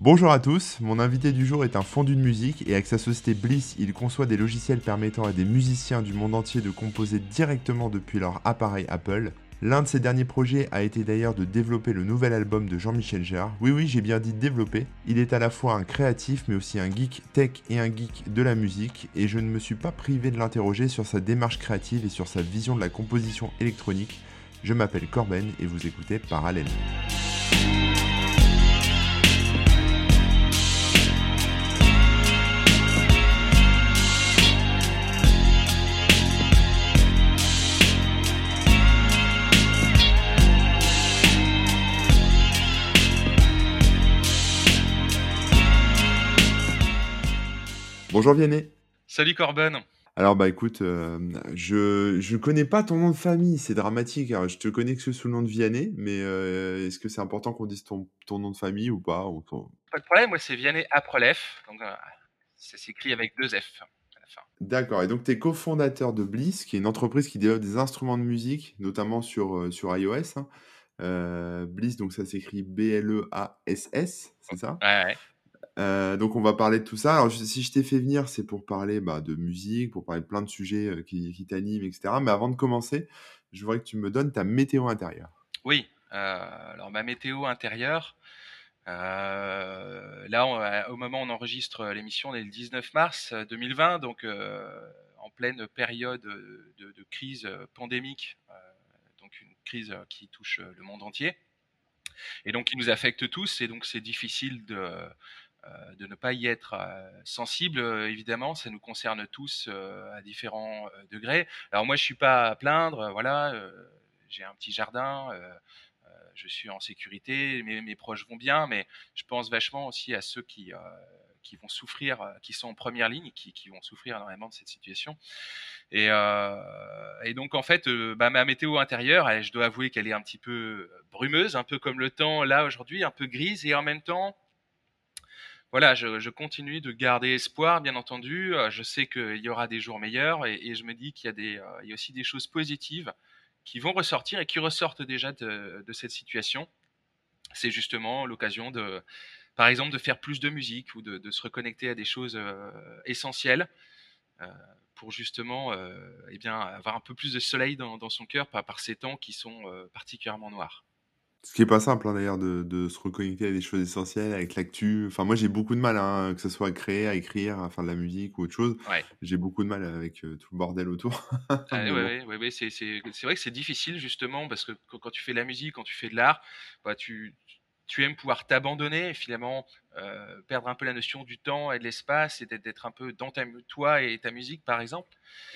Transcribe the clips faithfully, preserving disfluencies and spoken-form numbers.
Bonjour à tous, mon invité du jour est un fondu de musique et avec sa société Bliss, il conçoit des logiciels permettant à des musiciens du monde entier de composer directement depuis leur appareil Apple. L'un de ses derniers projets a été d'ailleurs de développer le nouvel album de Jean-Michel Jarre. Oui oui, j'ai bien dit développer. Il est à la fois un créatif mais aussi un geek tech et un geek de la musique et je ne me suis pas privé de l'interroger sur sa démarche créative et sur sa vision de la composition électronique. Je m'appelle Corben et vous écoutez Parallèle. Bonjour Vianney. Salut Corben. Alors bah écoute, euh, je je connais pas ton nom de famille, c'est dramatique. Alors, je te connais que sous le nom de Vianney, mais euh, est-ce que c'est important qu'on dise ton, ton nom de famille ou pas ou ton- Pas de problème, moi c'est Vianney Aprelef, donc euh, ça s'écrit avec deux F à la fin. D'accord, et donc tu es cofondateur de Bliss, qui est une entreprise qui développe des instruments de musique, notamment sur, euh, sur iOS, hein. Euh, Bliss, donc ça s'écrit B L E A S S, c'est ça? Ouais, ouais. Euh, donc on va parler de tout ça. Alors je- si je t'ai fait venir, c'est pour parler bah, de musique, pour parler de plein de sujets euh, qui, qui t'animent, et cetera. Mais avant de commencer, je voudrais que tu me donnes ta météo intérieure. Oui, euh, alors ma météo intérieure, euh, là on- euh, au moment où on enregistre l'émission, on est le dix-neuf mars deux mille vingt, donc euh, en pleine période de, de crise pandémique, euh, donc une crise qui touche le monde entier et donc qui nous affecte tous, et donc c'est difficile de euh, de ne pas y être euh, sensible, euh, évidemment, ça nous concerne tous euh, à différents euh, degrés. Alors moi, je suis pas à plaindre, euh, voilà, euh, j'ai un petit jardin, euh, euh, je suis en sécurité, mes, mes proches vont bien, mais je pense vachement aussi à ceux qui euh, qui vont souffrir, euh, qui sont en première ligne, qui, qui vont souffrir énormément de cette situation. Et, euh, et donc en fait, euh, bah, ma météo intérieure, elle, je dois avouer qu'elle est un petit peu brumeuse, un peu comme le temps là aujourd'hui, un peu grise, et en même temps voilà, je, je continue de garder espoir, bien entendu. Euh, Je sais qu'il y aura des jours meilleurs, et, et je me dis qu'il y a des, euh, il y a aussi des choses positives qui vont ressortir et qui ressortent déjà de, de cette situation. C'est justement l'occasion de, par exemple, de faire plus de musique ou de, de se reconnecter à des choses euh, essentielles euh, pour justement, euh, eh bien, avoir un peu plus de soleil dans, dans son cœur par, par ces temps qui sont euh, particulièrement noirs. Ce qui est pas simple hein, d'ailleurs de, de se reconnecter à des choses essentielles avec l'actu. Enfin moi j'ai beaucoup de mal, hein, que ce soit à créer, à écrire, à faire de la musique ou autre chose. Ouais. J'ai beaucoup de mal avec euh, tout le bordel autour. Ah, ouais, Mais bon. ouais, ouais, ouais, c'est, c'est, c'est vrai que c'est difficile justement parce que quand, quand tu fais de la musique, quand tu fais de l'art, bah, tu, tu aimes pouvoir t'abandonner et finalement euh, perdre un peu la notion du temps et de l'espace et d'être, d'être un peu dans ta, toi et ta musique par exemple.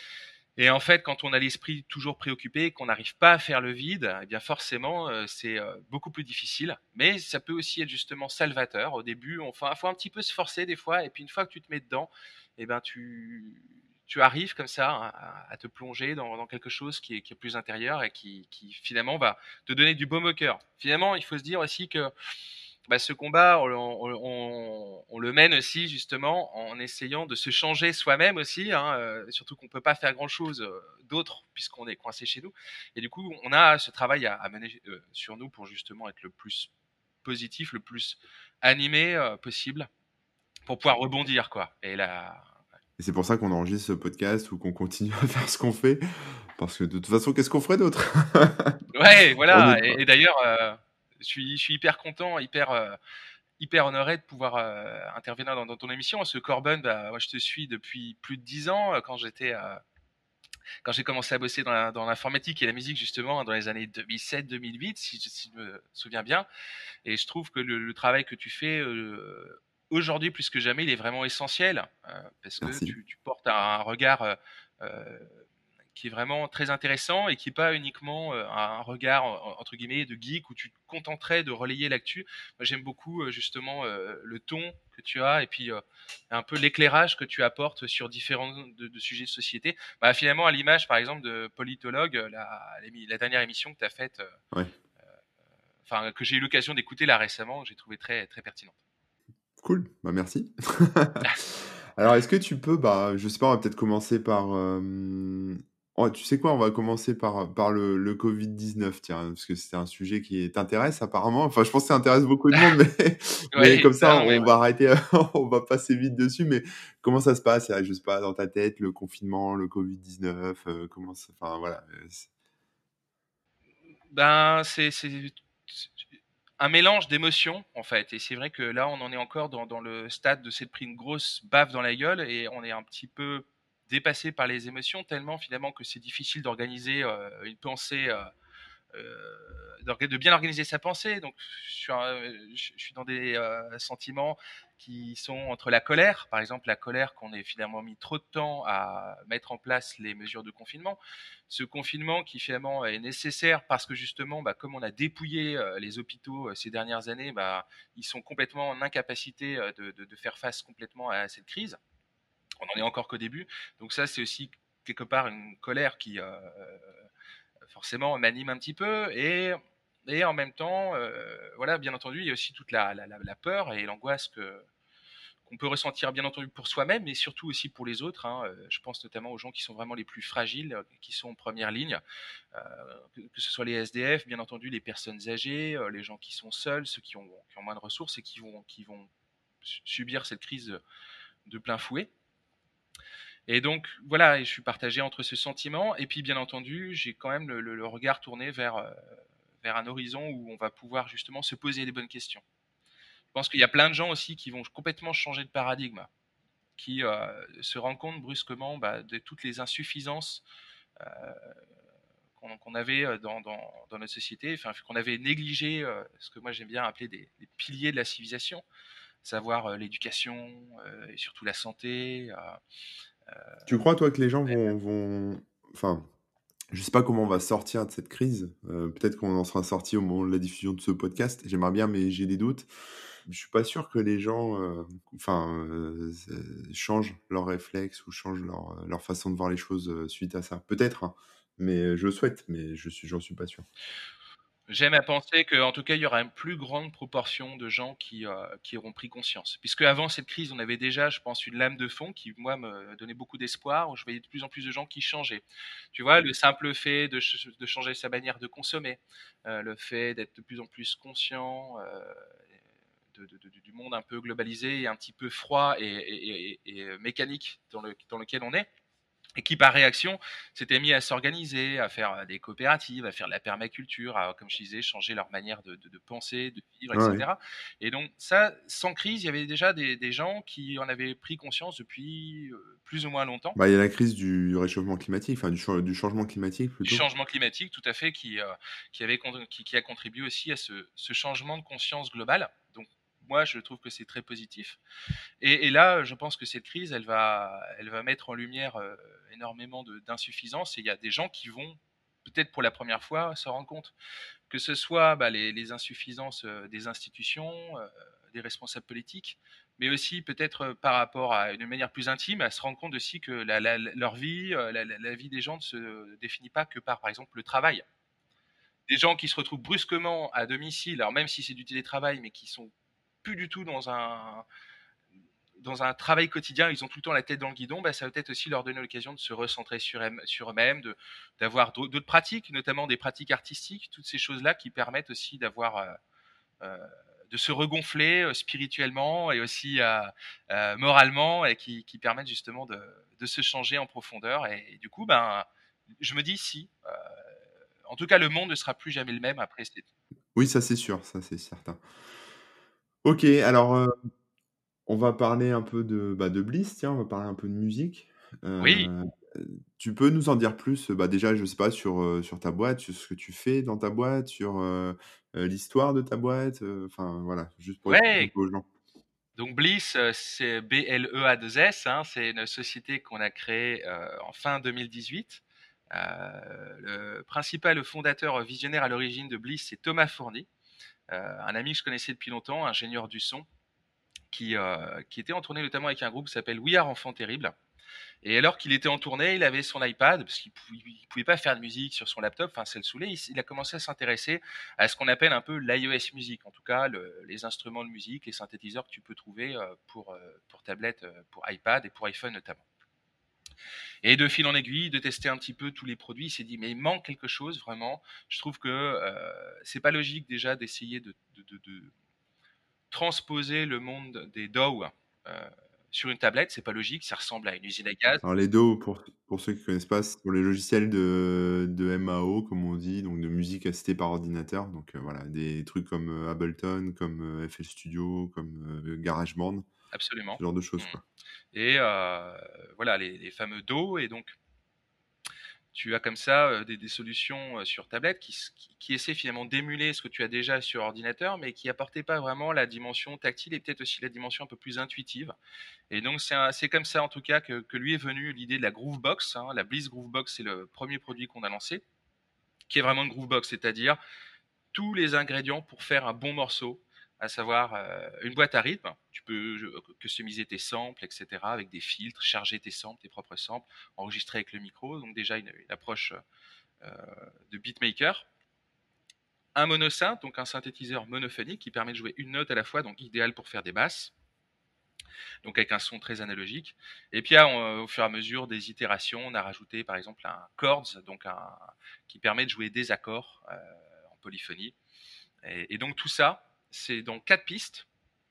Et en fait, quand on a l'esprit toujours préoccupé, qu'on n'arrive pas à faire le vide, eh bien forcément, euh, c'est euh, beaucoup plus difficile. Mais ça peut aussi être justement salvateur. Au début, on faut, faut un petit peu se forcer des fois, et puis une fois que tu te mets dedans, eh ben tu tu arrives comme ça à, à te plonger dans, dans quelque chose qui est, qui est plus intérieur et qui, qui finalement va te donner du baume au cœur. Finalement, il faut se dire aussi que bah, ce combat, on, on, on, on le mène aussi justement en essayant de se changer soi-même aussi, hein, euh, surtout qu'on peut pas faire grand-chose euh, d'autre puisqu'on est coincé chez nous. Et du coup, on a ce travail à, à mener euh, sur nous pour justement être le plus positif, le plus animé euh, possible, pour pouvoir rebondir, quoi. Et là, Et c'est pour ça qu'on enregistre ce podcast ou qu'on continue à faire ce qu'on fait. Parce que de toute façon, qu'est-ce qu'on ferait d'autre? ouais, On n'est voilà. pas. Et, et d'ailleurs, euh, je suis, je suis hyper content, hyper euh, hyper honoré de pouvoir euh, intervenir dans, dans ton émission. Parce que Corben, bah, moi je te suis depuis plus de dix ans euh, quand j'étais euh, quand j'ai commencé à bosser dans, la, dans l'informatique et la musique justement dans les années deux mille sept deux mille huit si, si je me souviens bien. Et je trouve que le, le travail que tu fais euh, aujourd'hui plus que jamais, il est vraiment essentiel euh, parce que Merci. tu, tu portes un, un regard euh, euh, qui est vraiment très intéressant et qui n'est pas uniquement euh, un regard entre guillemets de geek où tu te contenterais de relayer l'actu. Moi, j'aime beaucoup euh, justement euh, le ton que tu as et puis euh, un peu l'éclairage que tu apportes sur différents de, de sujets de société. Bah, finalement, à l'image par exemple de Politologue, la, la dernière émission que tu as faite, euh, Ouais. enfin que j'ai eu l'occasion d'écouter là récemment, que j'ai trouvé très très pertinente. Cool. Bah merci. Alors, est-ce que tu peux, bah, je sais pas, on va peut-être commencer par, euh, Oh, tu sais quoi? On va commencer par, par le le covid dix-neuf, tiens, parce que c'est un sujet qui t'intéresse apparemment. Enfin, je pense que ça intéresse beaucoup de monde, mais mais Ouais, comme non, ça, non, mais on va arrêter, on va passer vite dessus. Mais comment ça se passe, heu, je sais pas, dans ta tête, le confinement, le covid dix-neuf, heu, comment ça enfin voilà, heu, c ben, c'est c'est un mélange d'émotions, en fait. Et c'est vrai que là, on en est encore dans, dans le stade de s'être pris une grosse baffe dans la gueule et on est un petit peu dépassé par les émotions, tellement finalement que c'est difficile d'organiser euh, une pensée euh, euh, de bien organiser sa pensée. Donc, je suis, un- je suis dans des euh, sentiments qui sont entre la colère, par exemple la colère qu'on ait finalement mis trop de temps à mettre en place les mesures de confinement. Ce confinement qui finalement est nécessaire parce que justement, bah, comme on a dépouillé euh, les hôpitaux euh, ces dernières années, bah, ils sont complètement en incapacité euh, de, de, de faire face complètement à cette crise. On n'en est encore qu'au début. Donc ça, c'est aussi quelque part une colère qui, euh, forcément m'anime un petit peu et et en même temps, euh, voilà, bien entendu, il y a aussi toute la, la, la peur et l'angoisse que qu'on peut ressentir, bien entendu, pour soi-même, mais surtout aussi pour les autres. Hein. Je pense notamment aux gens qui sont vraiment les plus fragiles, qui sont en première ligne, euh, que, que, ce soit les S D F, bien entendu, les personnes âgées, euh, les gens qui sont seuls, ceux qui ont, qui ont moins de ressources et qui vont, qui vont subir cette crise de plein fouet. Et donc voilà, je suis partagé entre ce sentiment et puis bien entendu, j'ai quand même le, le, le regard tourné vers, euh, vers un horizon où on va pouvoir justement se poser les bonnes questions. Je pense qu'il y a plein de gens aussi qui vont complètement changer de paradigme, qui euh, se rendent compte brusquement bah, de toutes les insuffisances euh, qu'on qu'on avait dans, dans, dans notre société, enfin qu'on avait négligé, euh, ce que moi j'aime bien appeler des, des piliers de la civilisation, savoir euh, l'éducation euh, et surtout la santé. Euh, tu crois toi que les gens vont vont enfin, je sais pas comment on va sortir de cette crise, heu, peut-être qu'on en sera sorti au moment de la diffusion de ce podcast. J'aimerais bien, mais j'ai des doutes. Je suis pas sûr que les gens, heu, enfin, heu, z changent leurs réflexes ou changent leur, heu, leur façon de voir les choses, heu, suite à ça. Peut-être, hein, mais je le souhaite, mais je suis j'en suis pas sûr. J'aime à penser qu'en tout cas, il y aura une plus grande proportion de gens qui, euh, qui auront pris conscience. Puisque avant cette crise, on avait déjà, je pense, une lame de fond qui, moi, me donnait beaucoup d'espoir, où je voyais de plus en plus de gens qui changeaient. Tu vois, le simple fait de, ch- de changer sa manière de consommer, euh, le fait d'être de plus en plus conscient euh, de- de- de- du monde un peu globalisé et un petit peu froid et, et- et- et mécanique dans, le, dans lequel on est et qui par réaction s'étaient mis à s'organiser, à faire euh, des coopératives, à faire de la permaculture, à, comme je disais, changer leur manière de, de, de penser, de vivre, Ouais, ouais. et cetera. Et donc ça, sans crise, il y avait déjà des, des gens qui en avaient pris conscience depuis euh, plus ou moins longtemps. Bah, il y a la crise du réchauffement climatique, enfin du chan du changement climatique Du plutôt. changement climatique, tout à fait, qui, euh, qui, avait, qui, qui a contribué aussi à ce, ce changement de conscience globale. Donc moi, je trouve que c'est très positif. Et, et là, je pense que cette crise, elle va, elle va mettre en lumière euh, énormément de- d'insuffisances. Et il y a des gens qui vont, peut-être pour la première fois, se rendre compte que ce soit bah, les, les insuffisances euh, des institutions, euh, des responsables politiques, mais aussi peut-être euh, par rapport à une manière plus intime, à se rendre compte aussi que la, la, leur vie, euh, la, la, la vie des gens ne se définit pas que par, par exemple, le travail. Des gens qui se retrouvent brusquement à domicile, alors même si c'est du télétravail, mais qui sont plus du tout dans un, dans un travail quotidien, ils ont tout le temps la tête dans le guidon, bah, ça va peut-être aussi leur donner l'occasion de se recentrer sur, sur eux-mêmes, de, d'avoir d'autres pratiques, notamment des pratiques artistiques, toutes ces choses-là qui permettent aussi d'avoir, euh, euh, de se regonfler euh, spirituellement et aussi euh, euh, moralement et qui, qui permettent justement de, de, se changer en profondeur. Et, et du coup, ben, je me dis si, euh, en tout cas, le monde ne sera plus jamais le même après cette... Oui, ça c'est sûr, ça c'est certain. OK, alors, heu, on va parler un peu de, bah, de Bliss, tiens, on va parler un peu de musique. Oui, Heu, Tu peux nous en dire plus, heu, bah, déjà, je sais pas, sur, heu, sur ta boîte, sur ce que tu fais dans ta boîte, sur, heu heu, l'histoire de ta boîte, heu, enfin voilà, juste pour expliquer un ouais. peu aux gens. Donc Bliss, euh, c'est B L E A deux S, hein, c'est une société qu'on a créée euh, en fin deux mille dix-huit. Euh, le principal fondateur visionnaire à l'origine de Bliss, c'est Thomas Fourny, euh, un ami que je connaissais depuis longtemps, ingénieur du son, qui, euh, qui était en tournée notamment avec un groupe qui s'appelle We Are Enfants Terribles. Et alors qu'il était en tournée, il avait son iPad, parce qu'il pouvait, pouvait pas faire de musique sur son laptop, enfin, ça le saoulait. Il, il a commencé à s'intéresser à ce qu'on appelle un peu l'iOS music, en tout cas, le, les instruments de musique, les synthétiseurs que tu peux trouver euh, pour, euh, pour tablette, euh, pour iPad et pour iPhone notamment. Et de fil en aiguille, de tester un petit peu tous les produits, il s'est dit mais il manque quelque chose vraiment. Je trouve que euh, c'est pas logique déjà d'essayer de, de, de, de transposer le monde des D A W euh, sur une tablette, c'est pas logique, ça ressemble à une usine à gaz. Alors les D A W, pour pour ceux qui connaissent pas, c'est pour les logiciels de de M A O comme on dit, donc de musique assistée par ordinateur. Donc, heu, voilà, des trucs comme, heu, Ableton, comme, heu, F L Studio, comme, heu, GarageBand, Absolument. ce genre de choses, Mm. quoi. Et euh, voilà, les, les fameux D O W, et donc tu as comme ça euh, des, des solutions euh, sur tablette qui, qui, qui essaient finalement d'émuler ce que tu as déjà sur ordinateur, mais qui apportaient pas vraiment la dimension tactile et peut-être aussi la dimension un peu plus intuitive. Et donc c'est un- c'est comme ça en tout cas que, que lui est venu l'idée de la Groovebox, hein. La Bliss Groovebox, c'est le premier produit qu'on a lancé, qui est vraiment une Groovebox, c'est-à-dire tous les ingrédients pour faire un bon morceau, à savoir euh, une boîte à rythme. Tu peux euh, customiser tes samples, et cetera, avec des filtres, charger tes samples, tes propres samples, enregistrer avec le micro. Donc déjà une, une approche euh, de beatmaker. Un monosynth, donc un synthétiseur monophonique qui permet de jouer une note à la fois, donc idéal pour faire des basses, donc avec un son très analogique. Et puis on, au fur et à mesure des itérations, on a rajouté par exemple un chords, donc un, qui permet de jouer des accords euh, en polyphonie. Et, et donc tout ça, c'est dans quatre pistes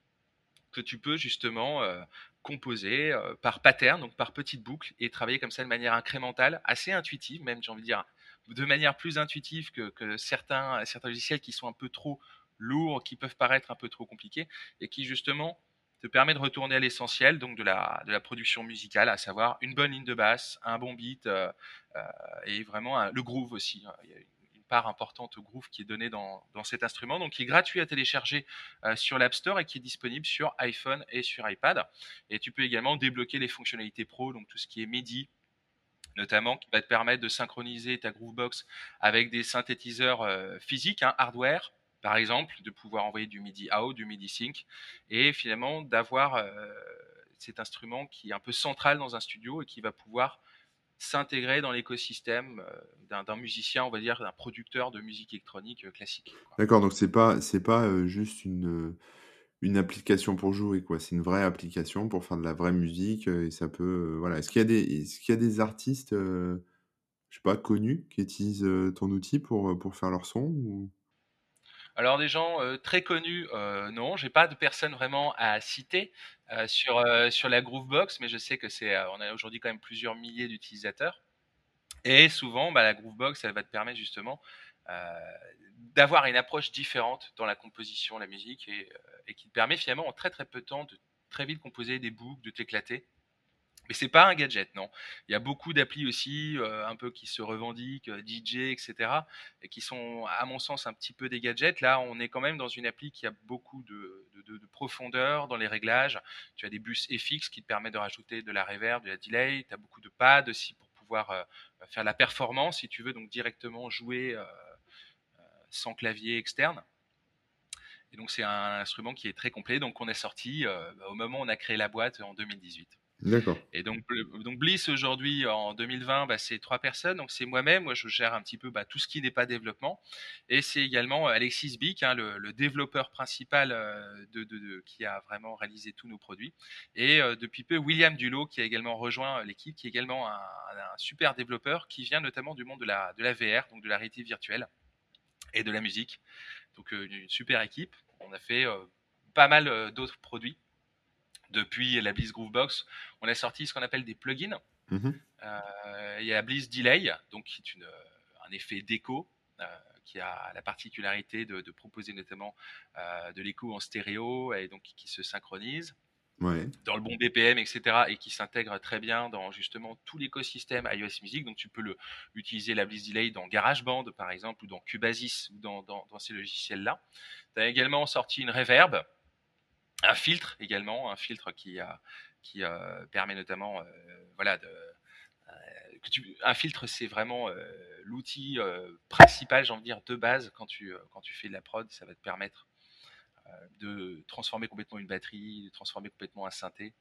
que tu peux justement euh, composer euh, par pattern, donc par petites boucles, et travailler comme ça de manière incrémentale, assez intuitive, même j'ai envie de dire, de manière plus intuitive que, que certains, certains logiciels qui sont un peu trop lourds, qui peuvent paraître un peu trop compliqués, et qui justement te permet de retourner à l'essentiel, donc de la, de la production musicale, à savoir une bonne ligne de basse, un bon beat, euh, euh, et vraiment un- le groove aussi. Il y a une part importante au groove qui est donnée dans, dans cet instrument, donc qui est gratuit à télécharger euh, sur l'App Store et qui est disponible sur iPhone et sur iPad. Et tu peux également débloquer les fonctionnalités pro, donc tout ce qui est MIDI, notamment, qui va te permettre de synchroniser ta Groovebox avec des synthétiseurs euh, physiques, hein, hardware, par exemple, de pouvoir envoyer du MIDI out, du MIDI sync, et finalement d'avoir euh, cet instrument qui est un peu central dans un studio et qui va pouvoir s'intégrer dans l'écosystème euh, d'un, d'un musicien, on va dire, d'un producteur de musique électronique euh, classique, quoi. D'accord, donc c'est pas c'est pas, heu, juste une, heu, une application pour jouer, quoi. C'est une vraie application pour faire de la vraie musique, heu, et ça peut, heu, voilà. Est-ce qu'il y a des est-ce qu'il y a des artistes, heu, je sais pas, connus qui utilisent, heu, ton outil pour, heu, pour faire leur son ou? Alors des gens euh, très connus, euh, non, j'ai pas de personnes vraiment à citer euh, sur euh, sur la Groovebox, mais je sais que c'est, euh, on a aujourd'hui quand même plusieurs milliers d'utilisateurs. Et souvent, bah, la Groovebox, elle va te permettre justement euh, d'avoir une approche différente dans la composition, la musique, et, euh, et qui te permet finalement en très très peu de temps de très vite composer des boucles, de t'éclater. Mais c'est pas un gadget, non. Il y a beaucoup d'applis aussi, euh, un peu qui se revendiquent, euh, D J, et cetera, et qui sont, à mon sens, un petit peu des gadgets. Là, on est quand même dans une appli qui a beaucoup de, de, de, de profondeur dans les réglages. Tu as des bus F X qui te permettent de rajouter de la reverb, de la delay. Tu as beaucoup de pads aussi pour pouvoir euh, faire la performance, si tu veux, donc directement jouer euh, sans clavier externe. Et donc, c'est un instrument qui est très complet. Donc, on est sorti euh, au moment où on a créé la boîte en deux mille dix-huit. D'accord. Et donc, donc Bliss aujourd'hui en deux mille vingt, bah, c'est trois personnes. Donc c'est moi-même, moi je gère un petit peu bah, tout ce qui n'est pas développement. Et c'est également Alexis Bic, hein, le, le développeur principal euh, de, de, de, qui a vraiment réalisé tous nos produits. Et euh, depuis peu, William Dulot qui a également rejoint l'équipe, qui est également un, un super développeur qui vient notamment du monde de la, de la V R, donc de la réalité virtuelle et de la musique. Donc euh, une super équipe. On a fait euh, pas mal euh, d'autres produits. Depuis la Bliss Groovebox, on a sorti ce qu'on appelle des plugins. Mmh. Euh, il y a Bliss Delay, donc qui est une, euh, un effet d'écho euh, qui a la particularité de, de proposer notamment euh, de l'écho en stéréo et donc qui se synchronise Ouais. dans le bon B P M, et cetera, et qui s'intègre très bien dans justement tout l'écosystème iOS Music. Donc tu peux le, utiliser la Bliss Delay dans GarageBand par exemple, ou dans Cubasys, ou dans, dans, dans ces logiciels-là. Tu as également sorti une reverb, un filtre également, un filtre qui, a, qui euh, permet notamment euh, voilà, de, que tu, un filtre, c'est vraiment euh, l'outil euh, principal, j'ai envie de dire, de base quand tu, euh, quand tu fais de la prod. Ça va te permettre euh, de transformer complètement une batterie, de transformer complètement un synthé.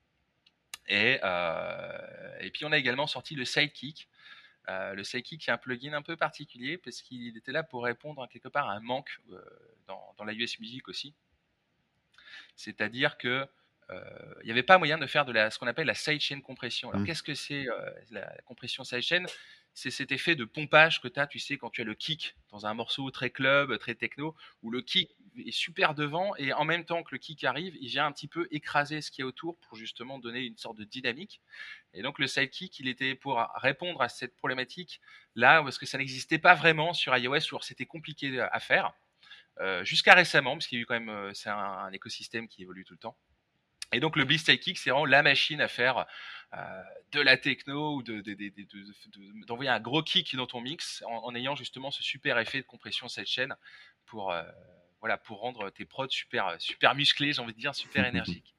Et, euh, et puis on a également sorti le Sidekick. Euh, le Sidekick est un plugin un peu particulier parce qu'il était là pour répondre quelque part à un manque euh, dans, dans l'iOS Music aussi. C'est-à-dire que euh, il n'y avait pas moyen de faire de la, ce qu'on appelle la sidechain compression. Alors, Mmh. qu'est-ce que c'est euh, la, la compression sidechain? C'est cet effet de pompage que tu as, tu sais, quand tu as le kick dans un morceau très club, très techno, où le kick est super devant et en même temps que le kick arrive, il vient un petit peu écraser ce qui est autour pour justement donner une sorte de dynamique. Et donc le sidekick, il était pour répondre à cette problématique là, parce que ça n'existait pas vraiment sur iOS, ou c'était compliqué à faire, euh, jusqu'à récemment, parce qu'il y a eu quand même, euh, c'est un, un écosystème qui évolue tout le temps. Et donc le Bliss Sidekick, c'est vraiment la machine à faire euh, de la techno ou de, de, de, de, de, d'envoyer un gros kick dans ton mix en, en ayant justement ce super effet de compression sidechain pour, euh, voilà, pour rendre tes prods super, super musclés, j'ai envie de dire, super énergiques.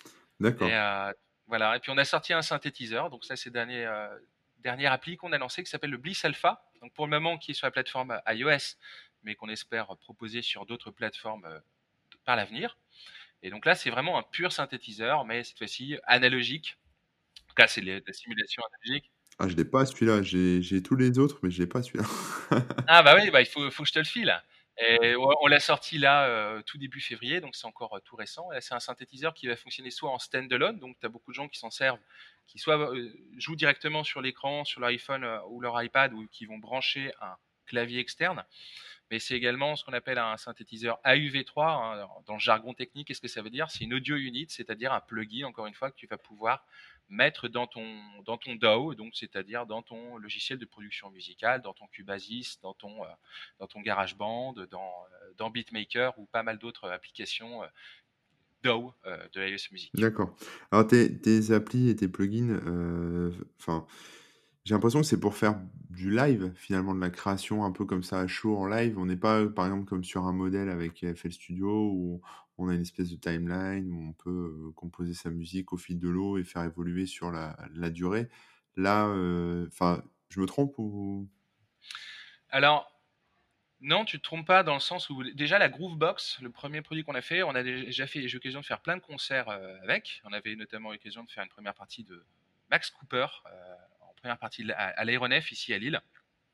Et D'accord. euh, voilà. Et puis on a sorti un synthétiseur. Donc ça, c'est le dernier, euh, dernière appli qu'on a lancé qui s'appelle le Bliss Alpha. Donc pour le moment, qui est sur la plateforme iOS, mais qu'on espère proposer sur d'autres plateformes euh, par l'avenir. Et donc là, c'est vraiment un pur synthétiseur, mais cette fois-ci analogique. En tout cas, c'est de la simulation analogique. Ah, je l'ai pas celui-là, j'ai j'ai tous les autres, mais je l'ai pas celui-là. Ah bah oui, bah il faut, faut que je te le file. Et on, on l'a sorti là euh, tout début février, donc c'est encore euh, tout récent. Et là, c'est un synthétiseur qui va fonctionner soit en standalone, donc tu as beaucoup de gens qui s'en servent, qui soit euh, jouent directement sur l'écran, sur l'iPhone euh, ou leur iPad, ou qui vont brancher un clavier externe. Mais c'est également ce qu'on appelle un synthétiseur A U V trois, hein, dans le jargon technique. Qu'est-ce que ça veut dire? C'est une audio unit, c'est-à-dire un plugin, encore une fois, que tu vas pouvoir mettre dans ton, dans ton D A W, donc c'est-à-dire dans ton logiciel de production musicale, dans ton Cubasys, dans ton, euh, dans ton GarageBand, dans, euh, dans Beatmaker ou pas mal d'autres applications euh, D A W euh, de l'iOS Music. D'accord. Alors tes tes applis et tes plugins, heu, enfin, j'ai l'impression que c'est pour faire du live, finalement, de la création un peu comme ça à chaud en live. On n'est pas, heu, par exemple, comme sur un modèle avec F L Studio où on a une espèce de timeline où on peut, heu, composer sa musique au fil de l'eau et faire évoluer sur la la durée. Là, heu, enfin, je me trompe ou? Alors, non, tu te trompes pas dans le sens où déjà la Groovebox, le premier produit qu'on a fait, on a déjà fait, j'ai eu l'occasion de faire plein de concerts euh, avec. On avait notamment eu l'occasion de faire une première partie de Max Cooper euh, en première partie de la- à, à l'aéronef ici à Lille.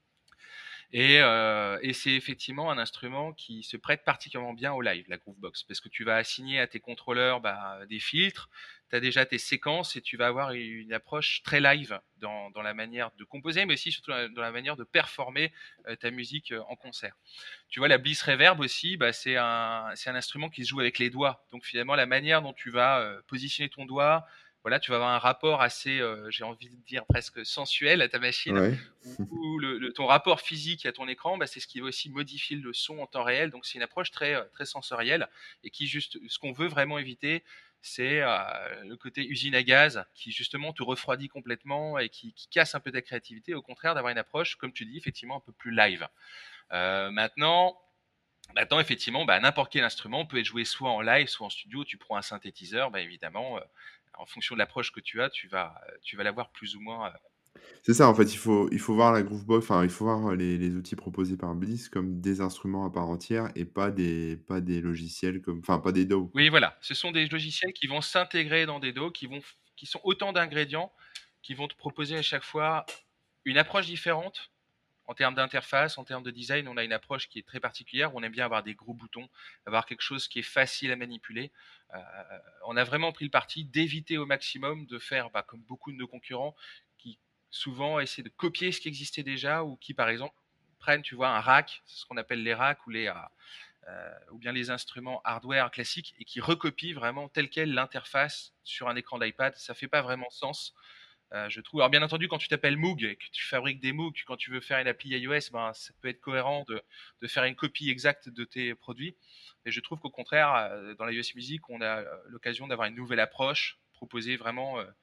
Et, euh, et c'est effectivement un instrument qui se prête particulièrement bien au live, la Groovebox, parce que tu vas assigner à tes contrôleurs bah, des filtres, tu as déjà tes séquences et tu vas avoir une approche très live dans, dans la manière de composer, mais aussi surtout dans la manière de performer euh, ta musique euh, en concert. Tu vois, la Bliss Reverb aussi, bah, c'est un, c'est un instrument qui se joue avec les doigts. Donc finalement, la manière dont tu vas euh, positionner ton doigt, voilà, tu vas avoir un rapport assez, euh, j'ai envie de dire presque sensuel à ta machine, Ouais. où le, le- ton rapport physique à ton écran, bah, c'est ce qui va aussi modifier le son en temps réel. Donc c'est une approche très, euh, très sensorielle et qui juste, ce qu'on veut vraiment éviter, c'est euh, le côté usine à gaz qui justement te refroidit complètement et qui, qui casse un peu ta créativité. Au contraire, d'avoir une approche, comme tu dis, effectivement un peu plus live. Euh, maintenant, maintenant, effectivement, bah, n'importe quel instrument peut être joué soit en live, soit en studio. Tu prends un synthétiseur, bah, évidemment, euh, en fonction de l'approche que tu as, tu vas, tu vas l'avoir plus ou moins. euh, C'est ça, en fait, il faut il faut voir la Groovebox, enfin, il faut voir les les outils proposés par Bliss comme des instruments à part entière et pas des pas des logiciels comme enfin, pas des D A W, Oui, quoi. voilà. Ce sont des logiciels qui vont s'intégrer dans des dos, qui vont, qui sont autant d'ingrédients, qui vont te proposer à chaque fois une approche différente. En termes d'interface, en termes de design, on a une approche qui est très particulière, où on aime bien avoir des gros boutons, avoir quelque chose qui est facile à manipuler. Euh, on a vraiment pris le parti d'éviter au maximum de faire, bah, comme beaucoup de nos concurrents, qui souvent essaient de copier ce qui existait déjà, ou qui, par exemple, prennent, tu vois, un rack, c'est ce qu'on appelle les racks, ou les, euh, euh, ou bien les instruments hardware classiques, et qui recopient vraiment tel quel l'interface sur un écran d'iPad. Ça fait pas vraiment sens. Euh, je trouve. Alors bien entendu, quand tu t'appelles Moog et que tu fabriques des Moog, quand tu veux faire une appli iOS, ben, ça peut être cohérent de, de faire une copie exacte de tes produits. Et je trouve qu'au contraire, euh, dans l'iOS Music, on a euh, l'occasion d'avoir une nouvelle approche, proposer vraiment euh,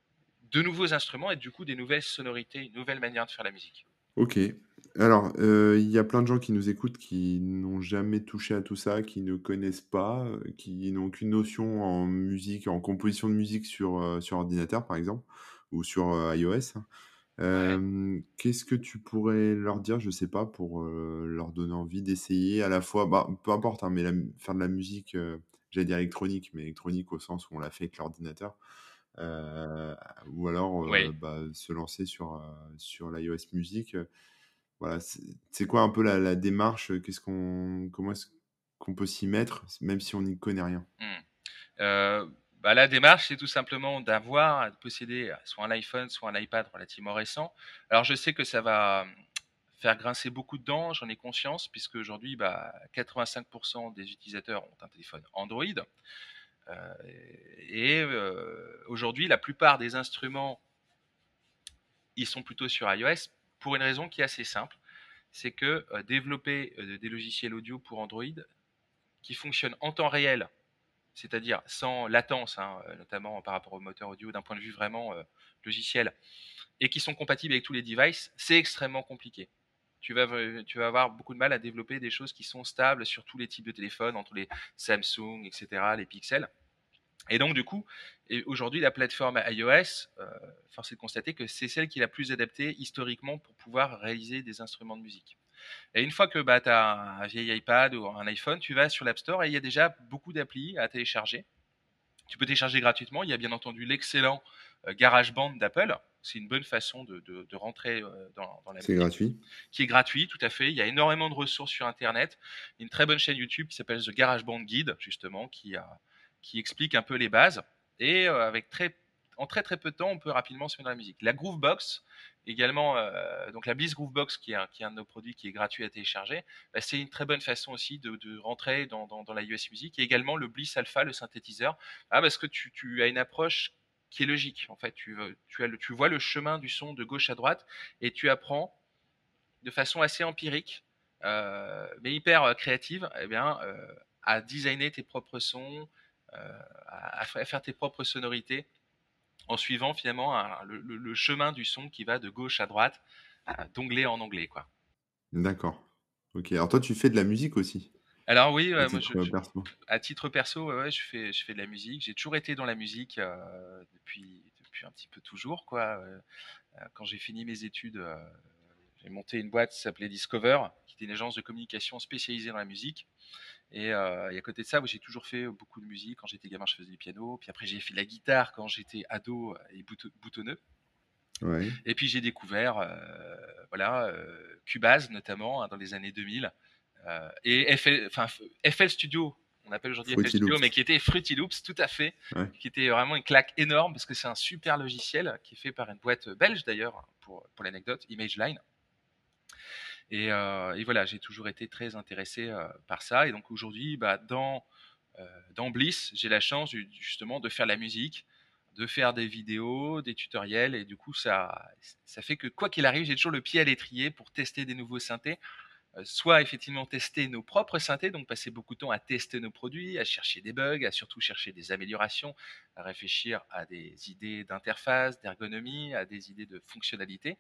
de nouveaux instruments et du coup des nouvelles sonorités, une nouvelle manière de faire la musique. OK. Alors, heu, il y a plein de gens qui nous écoutent qui n'ont jamais touché à tout ça, qui ne connaissent pas, heu, qui n'ont aucune notion en musique, en composition de musique sur, heu, sur ordinateur, par exemple, ou sur, heu, iOS, hein. Ouais. Hem, qu'est-ce que tu pourrais leur dire, je sais pas, pour, heu, leur donner envie d'essayer à la fois, bah, peu importe, hein, mais la m faire de la musique, heu, j'allais dire électronique, mais électronique au sens où on l'a fait avec l'ordinateur, heu, ou alors, heu, Oui. bah, se lancer sur, heu, sur l'iOS Music, heu, voilà, c'est c'est quoi un peu la la démarche? Qu'est-ce qu'on comment est-ce qu'on peut s'y mettre, même si on n'y connaît rien? Hmm. Euh, Bah, la démarche, c'est tout simplement d'avoir, de posséder soit un iPhone, soit un iPad relativement récent. Alors, je sais que ça va hum, faire grincer beaucoup de dents, j'en ai conscience, puisque aujourd'hui, bah, quatre-vingt-cinq pour cent des utilisateurs ont un téléphone Android. Euh, et euh, aujourd'hui, la plupart des instruments, ils sont plutôt sur iOS pour une raison qui est assez simple. C'est que euh, développer euh, des logiciels audio pour Android qui fonctionnent en temps réel, c'est-à-dire sans latence, hein, euh, notamment par rapport au moteur audio d'un point de vue vraiment euh, logiciel, et qui sont compatibles avec tous les devices, c'est extrêmement compliqué. Tu vas, tu vas avoir beaucoup de mal à développer des choses qui sont stables sur tous les types de téléphones, entre les Samsung, et cetera, les Pixel. Et donc, du coup, aujourd'hui, la plateforme iOS, euh, force est de constater que c'est celle qui est la plus adaptée historiquement pour pouvoir réaliser des instruments de musique. Et une fois que bah, tu as un vieil iPad ou un iPhone, tu vas sur l'App Store et il y a déjà beaucoup d'applis à télécharger. Tu peux télécharger gratuitement. Il y a bien entendu l'excellent euh, GarageBand d'Apple. C'est une bonne façon de, de, de rentrer euh, dans, dans la C'est musique, gratuit. qui est gratuit, tout à fait. Il y a énormément de ressources sur Internet. Une très bonne chaîne YouTube qui s'appelle The GarageBand Guide, justement, qui, a, qui explique un peu les bases. Et euh, avec très, en très très peu de temps, on peut rapidement se mettre dans la musique. La Groovebox, également, euh, donc la Bliss Groovebox, qui est, un, qui est un de nos produits qui est gratuit à télécharger, bah, c'est une très bonne façon aussi de, de rentrer dans, dans, dans la U S Music. Et également le Bliss Alpha, le synthétiseur, ah, parce que tu, tu as une approche qui est logique. En fait, tu, tu, as le, tu vois le chemin du son de gauche à droite et tu apprends de façon assez empirique, euh, mais hyper créative, eh bien, euh, à designer tes propres sons, euh, à, à faire tes propres sonorités, en suivant finalement un- le, le- le chemin du son qui va de gauche à droite, euh, d'onglet en onglet, quoi. D'accord. Ok. Alors toi, tu fais de la musique aussi, Alors oui, à ouais, moi, je, titre euh, je- perso. à titre perso, ouais, ouais, je fais, je fais de la musique. J'ai toujours été dans la musique euh, depuis, depuis un petit peu toujours, quoi. Euh, quand j'ai fini mes études, euh, j'ai monté une boîte qui s'appelait Discover, qui était une agence de communication spécialisée dans la musique. Et, euh, et à côté de ça, j'ai toujours fait beaucoup de musique. Quand j'étais gamin, je faisais du piano. Puis après, j'ai fait de la guitare quand j'étais ado et boutonneux. Ouais. Et puis j'ai découvert, euh, voilà, euh, Cubase notamment hein, dans les années deux mille euh, et F L, enfin, F L Studio. On appelle aujourd'hui F L Fruity Studio, Loops. mais qui était Fruity Loops, tout à fait, Ouais. qui était vraiment une claque énorme parce que c'est un super logiciel qui est fait par une boîte belge d'ailleurs, pour, pour l'anecdote, ImageLine. Et, euh, et voilà, j'ai toujours été très intéressé euh, par ça. Et donc aujourd'hui, bah, dans, euh, dans Bliss, j'ai la chance justement de faire la musique, de faire des vidéos, des tutoriels. Et du coup, ça, ça fait que quoi qu'il arrive, j'ai toujours le pied à l'étrier pour tester des nouveaux synthés. Euh, soit effectivement tester nos propres synthés, donc passer beaucoup de temps à tester nos produits, à chercher des bugs, à surtout chercher des améliorations, à réfléchir à des idées d'interface, d'ergonomie, à des idées de fonctionnalité.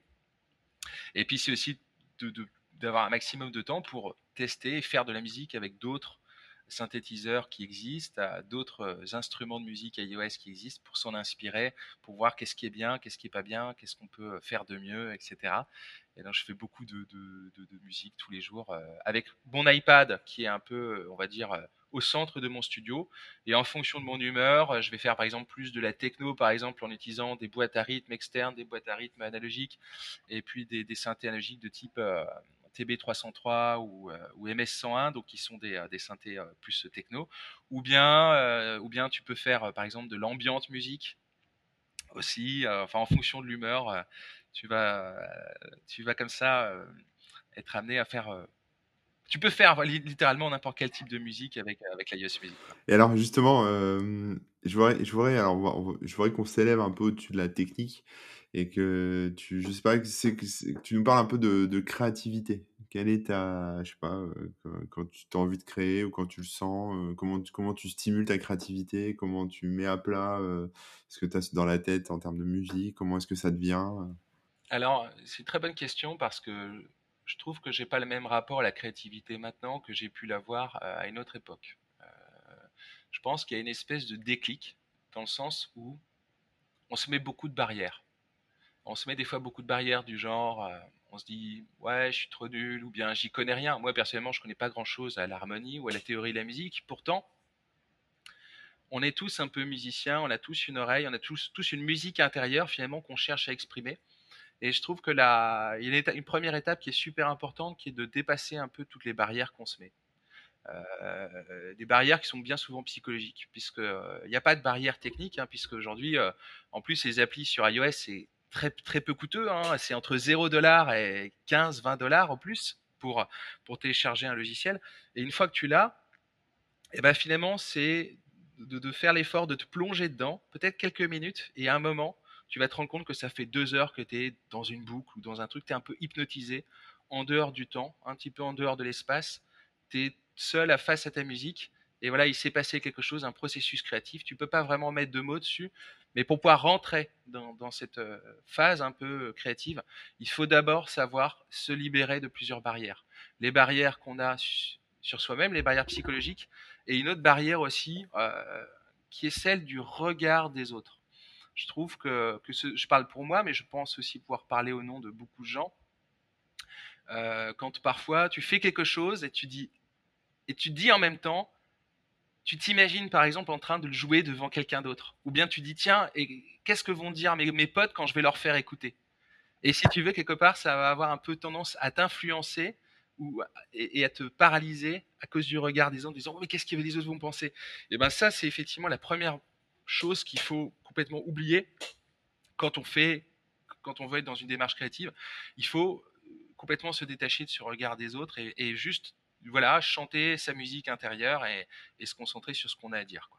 Et puis c'est aussi de, de, d'avoir un maximum de temps pour tester et faire de la musique avec d'autres synthétiseurs qui existent, d'autres instruments de musique iOS qui existent pour s'en inspirer, pour voir qu'est-ce qui est bien, qu'est-ce qui est pas bien, qu'est-ce qu'on peut faire de mieux, et cetera. Et donc je fais beaucoup de, de, de, de musique tous les jours euh, avec mon iPad qui est un peu, on va dire, euh, au centre de mon studio. Et en fonction de mon humeur, je vais faire par exemple plus de la techno, par exemple en utilisant des boîtes à rythme externes, des boîtes à rythme analogiques, et puis des, des synthés analogiques de type euh, T B trois cent trois ou, euh, ou M S cent un, donc qui sont des, euh, des synthés euh, plus techno. Ou bien, euh, ou bien tu peux faire euh, par exemple de l'ambiante musique aussi, euh, enfin en fonction de l'humeur, euh, tu vas, euh, tu vas comme ça euh, être amené à faire. Euh, tu peux faire littéralement n'importe quel type de musique avec avec la iOS Music, quoi. Et alors justement, hem, je voudrais je voudrais alors on va on va je voudrais qu'on s'élève un peu au-dessus de la technique et que tu je sais pas, que c'est que c'est que tu nous parles un peu de de créativité. Quelle est ta je sais pas, heu, quand quand tu as envie de créer ou quand tu le sens, heu, comment tu comment tu stimules ta créativité? Comment tu mets à plat, heu, ce que tu as dans la tête en termes de musique? Comment est-ce que ça devient, heu? Alors, c'est une très bonne question parce que je trouve que j'ai pas le même rapport à la créativité maintenant que j'ai pu l'avoir euh, à une autre époque. Euh, je pense qu'il y a une espèce de déclic dans le sens où on se met beaucoup de barrières. On se met des fois beaucoup de barrières du genre, euh, on se dit ouais, je suis trop nul ou bien j'y connais rien. Moi personnellement, je connais pas grand-chose à l'harmonie ou à la théorie de la musique. Pourtant, on est tous un peu musiciens, on a tous une oreille, on a tous, tous une musique intérieure finalement qu'on cherche à exprimer. Et je trouve que là, il y a une, éta- une première étape qui est super importante, qui est de dépasser un peu toutes les barrières qu'on se met. Heu, des barrières qui sont bien souvent psychologiques puisque, heu, il y a pas de barrière technique, hein, puisqu'aujourd'hui, heu, en plus les applis sur iOS, c'est très très peu coûteux, hein. C'est entre zéro et quinze vingt dollars au plus pour, pour télécharger un logiciel et une fois que tu l'as et bah, finalement, c'est de de faire l'effort de te plonger dedans, peut-être quelques minutes et à un moment, tu vas te rendre compte que ça fait deux heures que tu es dans une boucle ou dans un truc, tu es un peu hypnotisé, en dehors du temps, un petit peu en dehors de l'espace. Tu es seul à face à ta musique et voilà, il s'est passé quelque chose, un processus créatif. Tu peux pas vraiment mettre de mots dessus, mais pour pouvoir rentrer dans dans cette, heu, phase un peu, heu, créative, il faut d'abord savoir se libérer de plusieurs barrières. Les barrières qu'on a su sur soi-même, les barrières psychologiques et une autre barrière aussi, euh, qui est celle du regard des autres. Je trouve que, que ce, je parle pour moi, mais je pense aussi pouvoir parler au nom de beaucoup de gens. Euh, quand parfois tu fais quelque chose et tu dis et tu te dis en même temps, tu t'imagines par exemple en train de le jouer devant quelqu'un d'autre, ou bien tu dis tiens, et qu'est-ce que vont dire mes, mes potes quand je vais leur faire écouter. Et si tu veux, quelque part, ça va avoir un peu tendance à t'influencer ou, et, et à te paralyser à cause du regard des autres, en disant oh, mais qu'est-ce que les autres vont penser. Et ben ça, c'est effectivement la première chose qu'il faut complètement oublier quand on fait, quand on veut être dans une démarche créative. Il faut complètement se détacher de ce regard des autres et, et juste, voilà, chanter sa musique intérieure et, et se concentrer sur ce qu'on a à dire, quoi.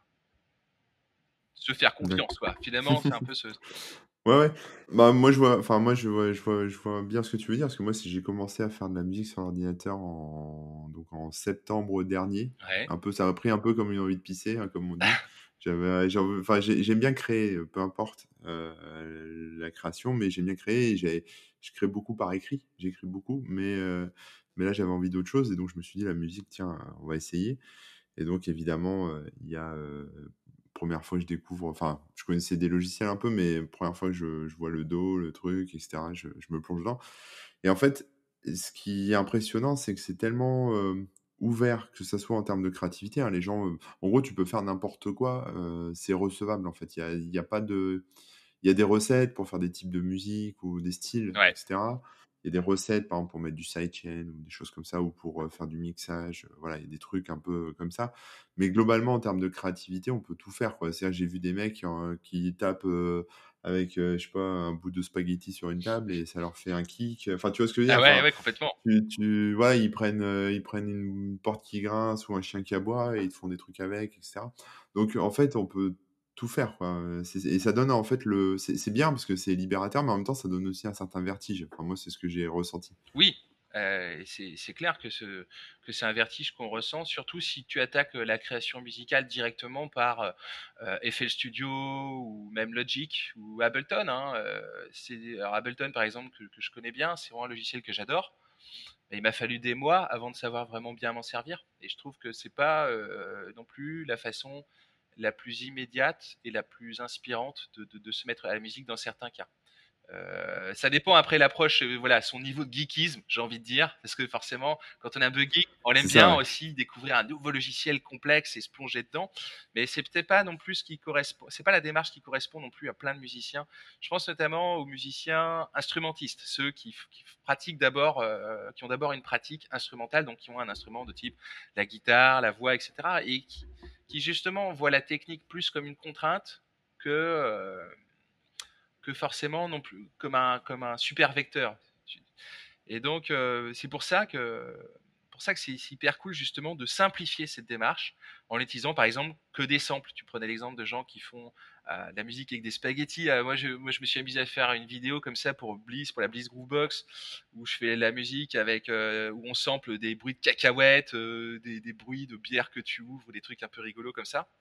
Se faire confiance, D'accord. quoi. Finalement, c'est un peu ce. Ouais, ouais. Bah, moi, je vois enfin, moi, je vois je vois je vois bien ce que tu veux dire, parce que moi, si j'ai commencé à faire de la musique sur l'ordinateur en donc en septembre dernier, Ouais. un peu ça m'a pris un peu comme une envie de pisser, hein, comme on dit. J'avais j'avais enfin, j'ai j'aime bien créer, heu, peu importe, heu, la création, mais j'aime bien créer et j'ai je crée beaucoup par écrit. J'écris beaucoup, mais heu, mais là, j'avais envie d'autre chose et donc je me suis dit: «La musique, tiens, on va essayer». Et donc évidemment, heu, il y a, heu, une fois que je découvre enfin, je connaissais des logiciels un peu, mais première fois que je je vois le dos, le truc et cetera, je je me plonge dedans. Et en fait, ce qui est impressionnant, c'est que c'est tellement, hem, ouvert, que ça soit en termes de créativité, hein. Les gens, heu en gros, tu peux faire n'importe quoi, heu, c'est recevable, en fait. Il y a il y a pas de il y a des recettes pour faire des types de musique ou des styles et Ouais. cetera. Il y a des recettes, par exemple, pour mettre du sidechain ou des choses comme ça ou pour, heu, faire du mixage, heu, voilà, il y a des trucs un peu comme ça. Mais globalement, en termes de créativité, on peut tout faire, quoi. C'est-à-dire, j'ai vu des mecs, heu, qui tapent, heu, avec, heu, je sais pas, un bout de spaghetti sur une table et ça leur fait un kick. Enfin, tu vois ce que je veux dire? Ah ouais, Enfin, ouais, complètement. tu tu voilà, ils prennent, heu, ils prennent une porte qui grince ou un chien qui aboie et ils te font des trucs avec et cetera. Donc en fait, on peut tout faire, quoi, heu, c'est et ça donne en fait le c'est c'est bien parce que c'est libérateur, mais en même temps, ça donne aussi un certain vertige. Enfin, moi, c'est ce que j'ai ressenti. Oui, heu, c'est c'est clair que ce que c'est un vertige qu'on ressent, surtout si tu attaques, heu, la création musicale directement par, heu heu, F L Studio ou même Logic ou Ableton, hein, heu, c'est alors Ableton, par exemple, que que je connais bien, c'est vraiment un logiciel que j'adore. Et il m'a fallu des mois avant de savoir vraiment bien m'en servir et je trouve que c'est pas, heu, non plus la façon la plus immédiate et la plus inspirante de de de se mettre à la musique dans certains cas. Euh, ça dépend après l'approche, euh, voilà, son niveau de geekisme, j'ai envie de dire, parce que forcément, quand on est un peu geek, on aime C'est ça, bien ouais. aussi découvrir un nouveau logiciel complexe et se plonger dedans. Mais c'est peut-être pas non plus ce qui correspond, c'est pas la démarche qui correspond non plus à plein de musiciens. Je pense notamment aux musiciens instrumentistes, ceux qui, qui pratiquent d'abord, euh, qui ont d'abord une pratique instrumentale, donc qui ont un instrument de type la guitare, la voix, et cetera, et qui, qui justement voient la technique plus comme une contrainte que euh, que forcément non plus comme un comme un super vecteur. Et donc euh, c'est pour ça que pour ça que c'est hyper cool justement de simplifier cette démarche en utilisant par exemple que des samples. Tu prenais l'exemple de gens qui font euh, de la musique avec des spaghettis. Euh, moi, je, moi je me suis amusé à faire une vidéo comme ça pour Bliss, pour la Bliss Groovebox, où je fais de la musique avec euh, où on sample des bruits de cacahuètes, euh, des, des bruits de bière que tu ouvres, des trucs un peu rigolos comme ça.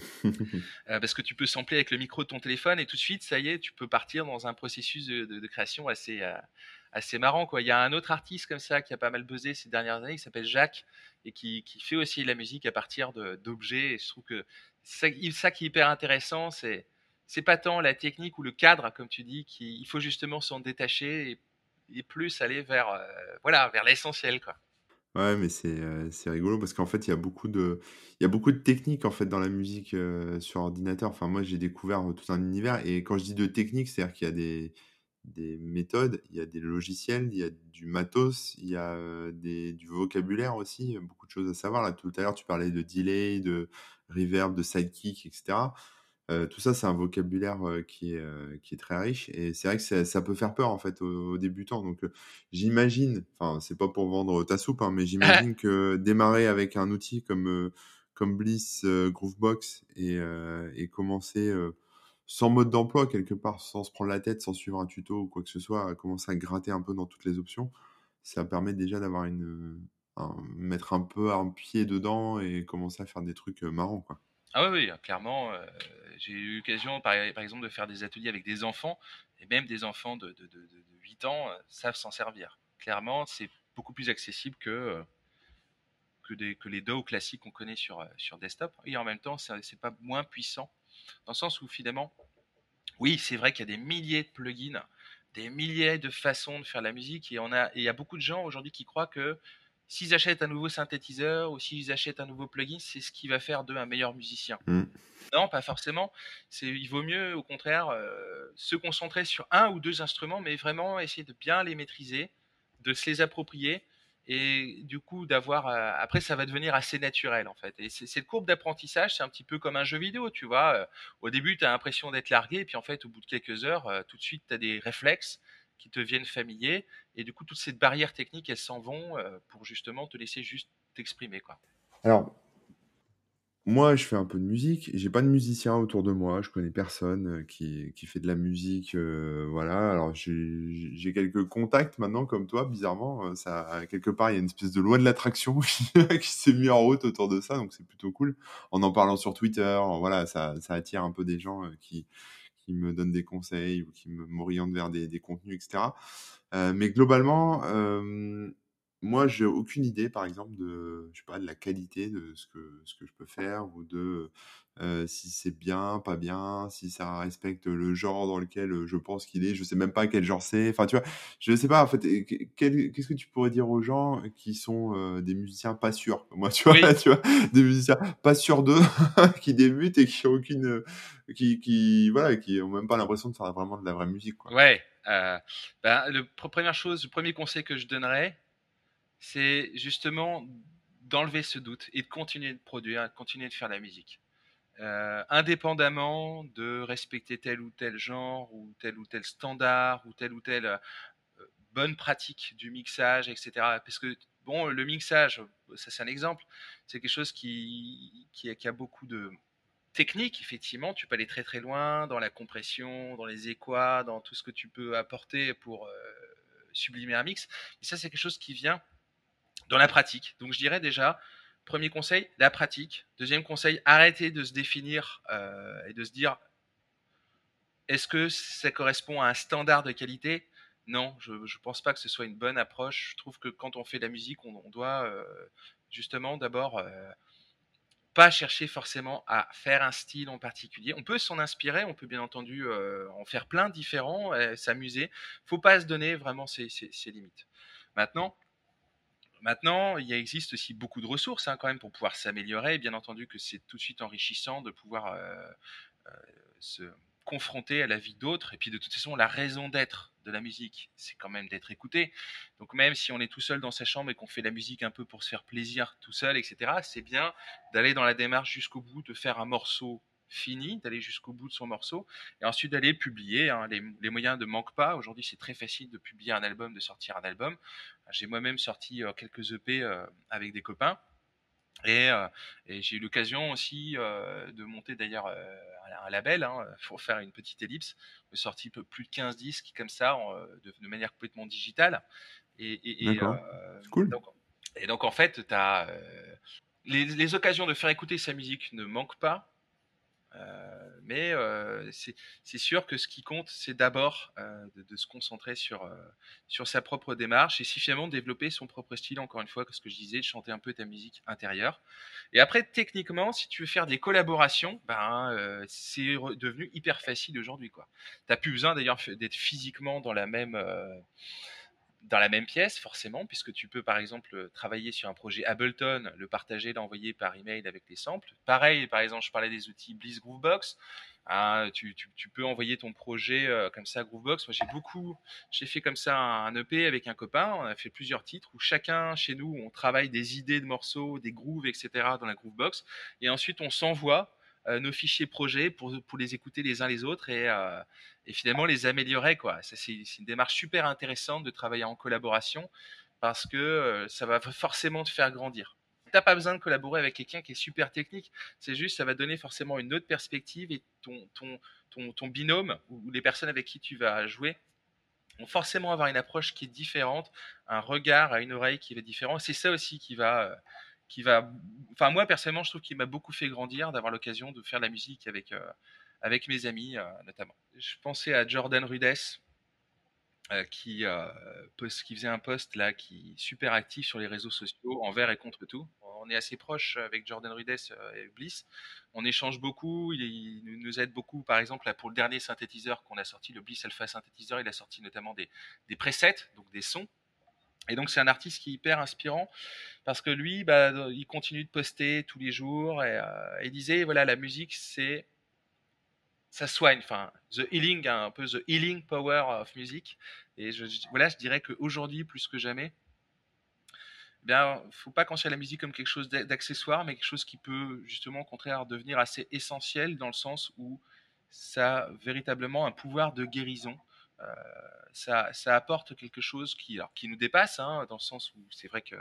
Euh, parce que tu peux sampler avec le micro de ton téléphone et tout de suite, ça y est, tu peux partir dans un processus de, de, de création assez, euh, assez marrant, quoi. Il y a un autre artiste comme ça qui a pas mal buzzé ces dernières années, qui s'appelle Jacques et qui, qui fait aussi de la musique à partir d'objets. Et je trouve que ça, ça qui est hyper intéressant, c'est c'est pas tant la technique ou le cadre, comme tu dis, qui, il faut justement s'en détacher et, et plus aller vers, euh, voilà, vers l'essentiel, quoi. Ouais, mais c'est, heu, c'est rigolo parce qu'en fait, il y a beaucoup de il y a beaucoup de techniques, en fait, dans la musique, heu, sur ordinateur. Enfin, moi, j'ai découvert, heu, tout un univers et quand je dis de technique, c'est-à-dire qu'il y a des des méthodes, il y a des logiciels, il y a du matos, il y a, heu, des du vocabulaire aussi, heu, beaucoup de choses à savoir. Là, tout à l'heure, tu parlais de delay, de reverb, de sidekick et cetera. Heu, tout ça, c'est un vocabulaire, heu, qui est, heu, qui est très riche et c'est vrai que ça ça peut faire peur, en fait, aux aux débutants donc heu, j'imagine, enfin, c'est pas pour vendre ta soupe, hein, mais j'imagine que démarrer avec un outil comme, heu, comme Bliss, heu, Groovebox et heu et commencer, heu, sans mode d'emploi quelque part, sans se prendre la tête, sans suivre un tuto ou quoi que ce soit, à commencer à gratter un peu dans toutes les options, ça permet déjà d'avoir une, heu, un mettre un peu un pied dedans et commencer à faire des trucs, heu, marrants, quoi. Ah oui, oui, clairement, heu, j'ai eu l'occasion par par exemple de faire des ateliers avec des enfants et même des enfants de de de de de huit ans, heu, savent s'en servir. Clairement, c'est beaucoup plus accessible que, heu, que des que les D A W classiques qu'on connaît sur, heu, sur desktop et en même temps, c'est c'est pas moins puissant dans le sens où finalement, oui, c'est vrai qu'il y a des milliers de plugins, des milliers de façons de faire la musique et on a et il y a beaucoup de gens aujourd'hui qui croient que s'ils achètent un nouveau synthétiseur ou s'ils achètent un nouveau plugin, c'est ce qui va faire d'eux un meilleur musicien. Mmh. Non, pas forcément. C'est il vaut mieux au contraire, heu, se concentrer sur un ou deux instruments, mais vraiment essayer de bien les maîtriser, de se les approprier et du coup d'avoir, heu après ça va devenir assez naturel en fait et c'est cette courbe d'apprentissage, c'est un petit peu comme un jeu vidéo, tu vois? Heu, au début, tu as l'impression d'être largué et puis en fait, au bout de quelques heures, heu, tout de suite, tu as des réflexes qui te viennent familiers et du coup, toutes ces barrières techniques, elles s'en vont, heu, pour justement te laisser juste t'exprimer, quoi. Alors, moi, je fais un peu de musique. J'ai pas de musicien autour de moi. Je connais personne, heu, qui qui fait de la musique, heu, voilà. Alors j'ai j'ai quelques contacts maintenant comme toi, bizarrement, heu, ça quelque part, il y a une espèce de loi de l'attraction qui qui s'est mis en route autour de ça, donc c'est plutôt cool. En en parlant sur Twitter, voilà, ça ça attire un peu des gens, heu, qui qui me donnent des conseils ou qui me m'orientent vers des des contenus et cetera. Heu, mais globalement, hem, moi, j'ai aucune idée, par exemple, de je sais pas, de la qualité de ce que ce que je peux faire ou de, heu, si c'est bien, pas bien, si ça respecte le genre dans lequel, heu, je pense qu'il est. Je sais même pas quel genre c'est. Enfin, tu vois? Je sais pas, en fait, et qu quel qu'est-ce que tu pourrais dire aux gens qui sont, heu, des musiciens pas sûrs? Moi, tu vois? Oui. Tu vois? Des musiciens pas sûrs d'eux, qui débutent et qui ont aucune, heu, qui qui voilà, qui ont même pas l'impression de faire vraiment de la vraie musique, quoi. Ouais, heu, bah, le pre première chose, le premier conseil que je donnerais, c'est justement d'enlever ce doute et de continuer de produire, de continuer de faire la musique. Heu, indépendamment de respecter tel ou tel genre ou tel ou tel standard ou telle ou telle, heu, bonne pratique du mixage et cetera. Parce que bon, le mixage, ça c'est un exemple, c'est quelque chose qui qui a qui a beaucoup de technique, effectivement, tu peux aller très très loin dans la compression, dans les équas, dans tout ce que tu peux apporter pour euh, sublimer un mix. Et ça, c'est quelque chose qui vient dans la pratique. Donc, je dirais déjà, premier conseil, la pratique. Deuxième conseil, arrêter de se définir euh, et de se dire, est-ce que ça correspond à un standard de qualité? Non, je ne pense pas que ce soit une bonne approche. Je trouve que quand on fait de la musique, on, on doit euh, justement d'abord euh, pas chercher forcément à faire un style en particulier. On peut s'en inspirer, on peut bien entendu euh, en faire plein de différents, euh, s'amuser. Faut pas se donner vraiment ses, ses- ses limites. Maintenant, maintenant, il existe aussi beaucoup de ressources hein, quand même pour pouvoir s'améliorer. Bien entendu que c'est tout de suite enrichissant de pouvoir euh, euh, se confronter à la vie d'autres. Et puis de toute façon, la raison d'être de la musique, c'est quand même d'être écouté. Donc même si on est tout seul dans sa chambre et qu'on fait la musique un peu pour se faire plaisir tout seul, et cetera, c'est bien d'aller dans la démarche jusqu'au bout, de faire un morceau fini, d'aller jusqu'au bout de son morceau, et ensuite d'aller publier. Hein. Les, les moyens ne manquent pas. Aujourd'hui, c'est très facile de publier un album, de sortir un album. J'ai moi-même sorti euh, quelques E P euh, avec des copains. Et, euh, et j'ai eu l'occasion aussi euh, de monter d'ailleurs euh, un, un label hein, pour faire une petite ellipse. J'ai sorti plus de quinze disques comme ça en, de, de manière complètement digitale. Et, et, et, D'accord, euh, c'est cool. donc, et donc en fait, t'as, euh, les, les occasions de faire écouter sa musique ne manquent pas. Euh, mais euh, c'est c'est sûr que ce qui compte, c'est d'abord euh, de, de se concentrer sur, euh, sur sa propre démarche et si finalement développer son propre style, encore une fois, que ce que je disais, de chanter un peu ta musique intérieure. Et après, techniquement, si tu veux faire des collaborations, ben, euh, c'est re- devenu hyper facile aujourd'hui, quoi. T'as plus besoin d'ailleurs f- d'être physiquement dans la même, euh, dans la même pièce, forcément, puisque tu peux, par exemple, travailler sur un projet Ableton, le partager, l'envoyer par email avec les samples. Pareil, par exemple, je parlais des outils Bliss Groovebox. Ah, tu, tu, tu peux envoyer ton projet euh, comme ça à Groovebox. Moi, j'ai beaucoup, j'ai fait comme ça un, un E P avec un copain. On a fait plusieurs titres où chacun, chez nous, on travaille des idées de morceaux, des grooves, et cetera dans la Groovebox. Et ensuite, on s'envoie euh, nos fichiers projets pour, pour les écouter les uns les autres et, euh, et finalement les améliorer, quoi. Ça, c'est, c'est une démarche super intéressante de travailler en collaboration parce que euh, ça va forcément te faire grandir. T'as pas besoin de collaborer avec quelqu'un qui est super technique. C'est juste, ça va donner forcément une autre perspective et ton, ton, ton, ton binôme ou les personnes avec qui tu vas jouer vont forcément avoir une approche qui est différente, un regard à une oreille qui va être différent. C'est ça aussi qui va, euh, qui va. Enfin, moi personnellement, je trouve qu'il m'a beaucoup fait grandir d'avoir l'occasion de faire de la musique avec, euh, avec mes amis, euh, notamment. Je pensais à Jordan Rudess, euh, qui, euh, post, qui faisait un post là, qui est super actif sur les réseaux sociaux, envers et contre tout. On est assez proche avec Jordan Rudess euh, et Bliss. On échange beaucoup, il, il, nous aide beaucoup. Par exemple, là, pour le dernier synthétiseur qu'on a sorti, le Bliss Alpha synthétiseur, il a sorti notamment des, des presets, donc des sons. Et donc c'est un artiste qui est hyper inspirant parce que lui, bah, il continue de poster tous les jours et euh, il disait voilà, la musique c'est ça soigne, enfin, the healing, hein, un peu the healing power of music. Et je, je- voilà, je dirais qu'aujourd'hui, plus que jamais, eh bien, faut pas considérer la musique comme quelque chose d'accessoire, mais quelque chose qui peut justement, au contraire, devenir assez essentiel dans le sens où ça a véritablement un pouvoir de guérison. Euh, ça, ça apporte quelque chose qui, alors, qui nous dépasse, hein, dans le sens où c'est vrai que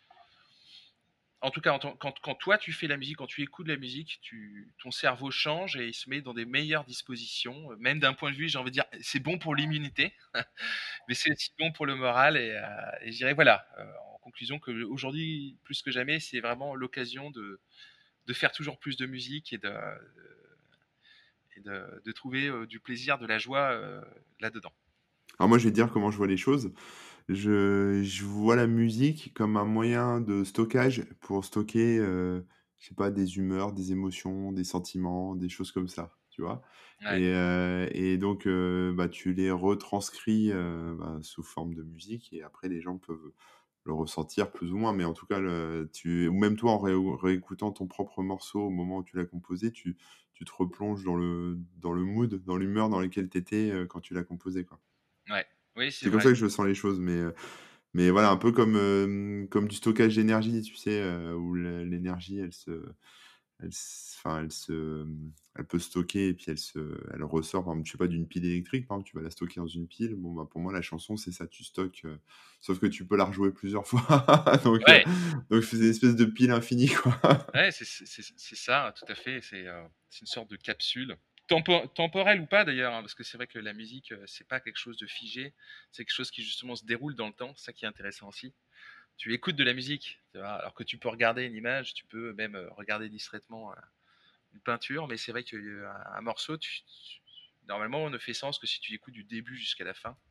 en tout cas, quand, quand, toi tu fais la musique, quand tu écoutes la musique, tu, ton cerveau change et il se met dans des meilleures dispositions. Même d'un point de vue, j'ai envie de dire, c'est bon pour l'immunité, mais c'est aussi bon pour le moral. Et, euh, et je dirais, voilà, euh, en conclusion, qu'aujourd'hui, plus que jamais, c'est vraiment l'occasion de, de faire toujours plus de musique et de, et de, de trouver euh, du plaisir, de la joie euh, là-dedans. Alors moi, je vais te dire comment je vois les choses. Je, je vois la musique comme un moyen de stockage pour stocker, euh, je sais pas, des humeurs, des émotions, des sentiments, des choses comme ça, tu vois. Ouais, Et, euh, et donc, euh, bah, tu les retranscris euh, bah, sous forme de musique et après, les gens peuvent le ressentir plus ou moins. Mais en tout cas, le, tu, ou même toi, en ré- réécoutant ton propre morceau au moment où tu l'as composé, tu, tu te replonges dans le, dans le mood, dans l'humeur dans laquelle tu étais quand tu l'as composé, quoi. ouais, oui, c'est C'est comme ça vrai. que je sens les choses, mais, heu, mais voilà, un peu comme, hem, comme du stockage d'énergie, tu sais, heu, où l'é l'énergie, elle se elle s enfin, elle se, mmh, elle peut stocker et puis elle se elle ressort, par exemple, je sais pas, d'une pile électrique, par exemple, tu vas la stocker dans une pile. Bon, bah, pour moi, la chanson, c'est ça, tu stockes, heu, sauf que tu peux la rejouer plusieurs fois, donc heu, Ouais, donc c'est une espèce de pile infinie, quoi. ouais, c'est c'est- c'est- c'est ça, tout à fait. C'est euh, c'est une sorte de capsule. Tempo- temporelle ou pas d'ailleurs, hein, parce que c'est vrai que la musique, euh, c'est pas quelque chose de figé, c'est quelque chose qui justement se déroule dans le temps, c'est ça qui est intéressant aussi. Tu écoutes de la musique, tu vois, alors que tu peux regarder une image, tu peux même euh, regarder distraitement euh, une peinture, mais c'est vrai qu'un un morceau, tu- tu- normalement, on ne fait sens que si tu écoutes du début jusqu'à la fin,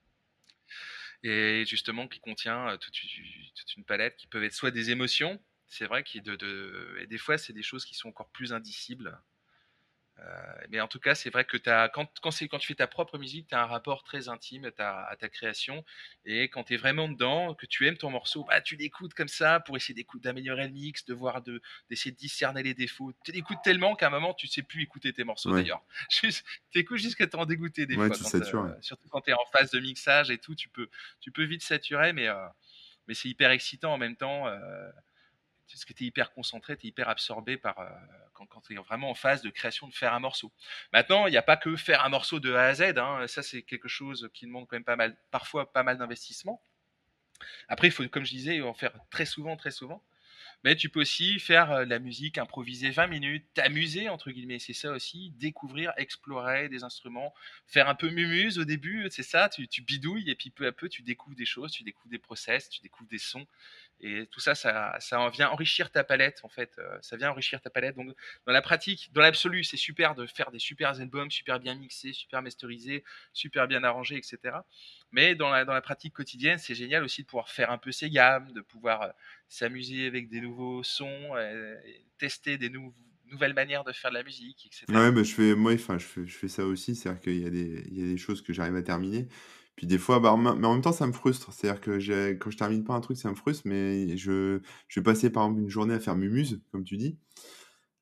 et justement qui contient euh, toute, toute une palette qui peuvent être soit des émotions, c'est vrai, qui de, de, et des fois c'est des choses qui sont encore plus indicibles. Euh, mais en tout cas, c'est vrai que t'as, quand, quand, c'est, quand tu fais ta propre musique, tu as un rapport très intime à ta, à ta création. Et quand tu es vraiment dedans, que tu aimes ton morceau, bah, tu l'écoutes comme ça pour essayer d'améliorer le mix, de voir, de, d'essayer de discerner les défauts. Tu l'écoutes tellement qu'à un moment, tu sais plus écouter tes morceaux Ouais, d'ailleurs. Juste, tu écoutes jusqu'à t'en dégoûter des ouais, fois. tu Quand, satures, ouais. euh, surtout quand tu es en phase de mixage et tout, tu peux, tu peux vite saturer, mais, euh, mais c'est hyper excitant en même temps. Euh, parce que tu es hyper concentré, tu es hyper absorbé par euh, quand, quand tu es vraiment en phase de création de faire un morceau. Maintenant, il n'y a pas que faire un morceau de A à Z, hein. Ça c'est quelque chose qui demande quand même pas mal, parfois pas mal d'investissement. Après, il faut, comme je disais, en faire très souvent, très souvent. Mais tu peux aussi faire euh, la musique, improviser vingt minutes, t'amuser, entre guillemets. C'est ça aussi, découvrir, explorer des instruments, faire un peu mumuse au début, c'est ça, tu, tu bidouilles et puis peu à peu tu découvres des choses, tu découvres des process, tu découvres des sons. Et tout ça, ça, ça en vient enrichir ta palette, en fait. Euh, ça vient enrichir ta palette. Donc, dans la pratique, dans l'absolu, c'est super de faire des super albums, super bien mixés, super masterisés, super bien arrangés, et cetera. Mais dans la, dans la pratique quotidienne, c'est génial aussi de pouvoir faire un peu ses gammes, de pouvoir euh, s'amuser avec des nouveaux sons, euh, tester des nou- nouvelles manières de faire de la musique, Ouais, et cetera. bah, je fais moi, enfin, je fais je fais ça aussi, c'est-à-dire qu'il y a des il y a des choses que j'arrive à terminer. Puis des fois, bah, en même mais en même temps, ça me frustre. C'est-à-dire que j'ai quand je termine pas un truc, ça me frustre, mais je je vais passer, par exemple, une journée à faire mumuse, comme tu dis.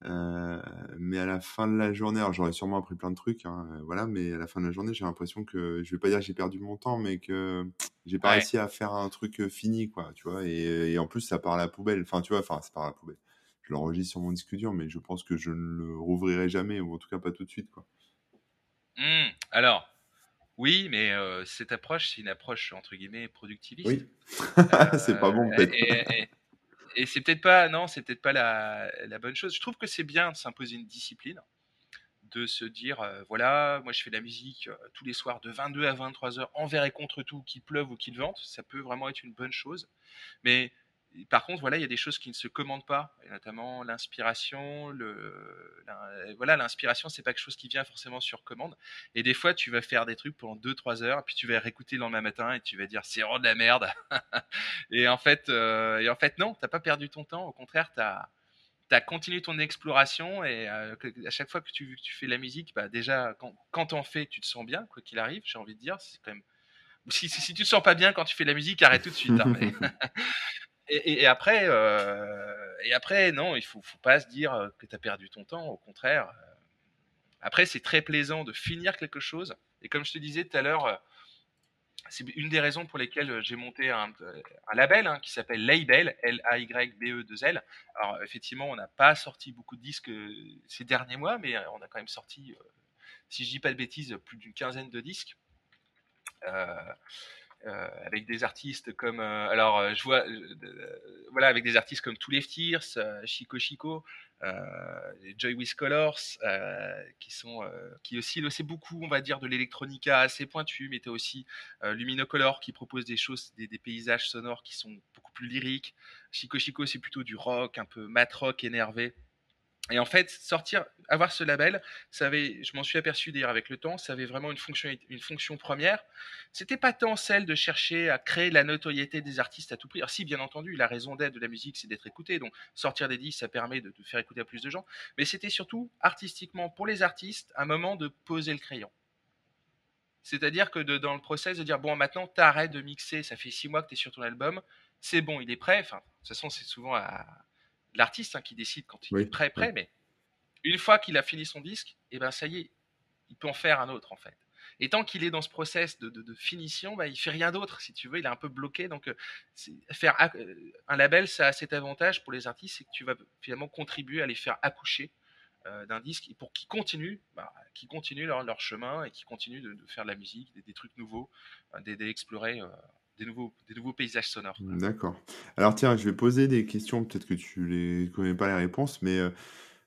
Heu, mais à la fin de la journée, alors j'aurais sûrement appris plein de trucs, hein, heu, voilà, mais à la fin de la journée, j'ai l'impression que je vais pas dire que j'ai perdu mon temps, mais que j'ai pas Ouais. réussi à faire un truc, heu, fini, quoi, tu vois? Et et en plus, ça part à la poubelle. Enfin, tu vois? Enfin, ça part à la poubelle. Je l'enregistre sur mon disque dur, mais je pense que je ne le rouvrirai jamais ou en tout cas pas tout de suite, quoi. Mmh, alors, oui, mais heu, cette approche, c'est une approche entre guillemets «productiviste». Oui, c'est pas Heu bon peut-être. et et et c'est peut-être pas non, c'est peut-être pas la la bonne chose. Je trouve que c'est bien de s'imposer une discipline, de se dire, heu: «Voilà, moi je fais de la musique, heu, tous les soirs de vingt-deux à vingt-trois heures envers et contre tout, qu'il pleuve ou qu'il vente». Ça peut vraiment être une bonne chose. Mais par contre, voilà, il y a des choses qui ne se commandent pas, et notamment l'inspiration, le, l'in- voilà, l'inspiration, c'est pas quelque chose qui vient forcément sur commande. Et des fois, tu vas faire des trucs pendant deux, trois heures, et puis tu vas réécouter le lendemain matin et tu vas dire c'est vraiment de la merde. et en fait, euh, et en fait, non, t'as pas perdu ton temps. Au contraire, t'as as continué ton exploration et euh, que- à chaque fois que tu, que tu fais de la musique, bah déjà, quand, quand t'en fais, tu te sens bien, quoi qu'il arrive, j'ai envie de dire. C'est quand même. Si, si, si tu te sens pas bien quand tu fais de la musique, arrête tout de suite. Hein, mais et, et- et après, euh, et après, non, il faut, faut pas se dire euh, que tu as perdu ton temps. Au contraire. Après, c'est très plaisant de finir quelque chose. Et comme je te disais tout à l'heure, euh, c'est une des raisons pour lesquelles euh, j'ai monté un, euh, un label hein, qui s'appelle Label, L A Y B E deux L. Alors, effectivement, on n'a pas sorti beaucoup de disques euh, ces derniers mois, mais euh, on a quand même sorti, euh, si je dis pas de bêtises, plus d'une quinzaine de disques. Euh, euh, avec des artistes comme euh, alors euh, je vois euh, euh, voilà avec des artistes comme Tous les Tears, euh, Chico Chico, euh, Joy with Colors, euh, qui sont euh, qui oscillent aussi beaucoup, on va dire, de l'électronica assez pointue, mais tu as aussi euh, Luminocolor qui propose des choses, des, des paysages sonores qui sont beaucoup plus lyriques. Chico Chico, c'est plutôt du rock, un peu mat rock énervé. Et en fait, sortir, avoir ce label, ça avait, je m'en suis aperçu d'ailleurs avec le temps, ça avait vraiment une fonction, une fonction première. C'était pas tant celle de chercher à créer la notoriété des artistes à tout prix. Alors si, bien entendu, la raison d'être de la musique, c'est d'être écouté. Donc sortir des disques, ça permet de, de faire écouter à plus de gens. Mais c'était surtout artistiquement pour les artistes un moment de poser le crayon. C'est-à-dire que de, dans le process de dire bon maintenant t'arrêtes de mixer, ça fait six mois que tu es sur ton album, c'est bon, il est prêt. Enfin, de toute façon c'est souvent à l'artiste hein, qui décide quand il est Oui, prêt, oui. prêt, mais une fois qu'il a fini son disque, et eh ben ça y est, il peut en faire un autre en fait. Et tant qu'il est dans ce process de, de, de finition, bah, il fait rien d'autre, si tu veux, il est un peu bloqué. Donc, euh, faire euh, un label, ça a cet avantage pour les artistes, c'est que tu vas finalement contribuer à les faire accoucher euh, d'un disque et pour qu'ils continuent, bah, qu'ils continuent leur, leur chemin et qu'ils continuent de, de, faire de la musique, des, des trucs nouveaux, euh, d'explorer euh, des, nouveaux, des nouveaux paysages sonores. Quoi. D'accord. Alors tiens, je vais poser des questions, peut-être que tu les connais pas les réponses, mais heu,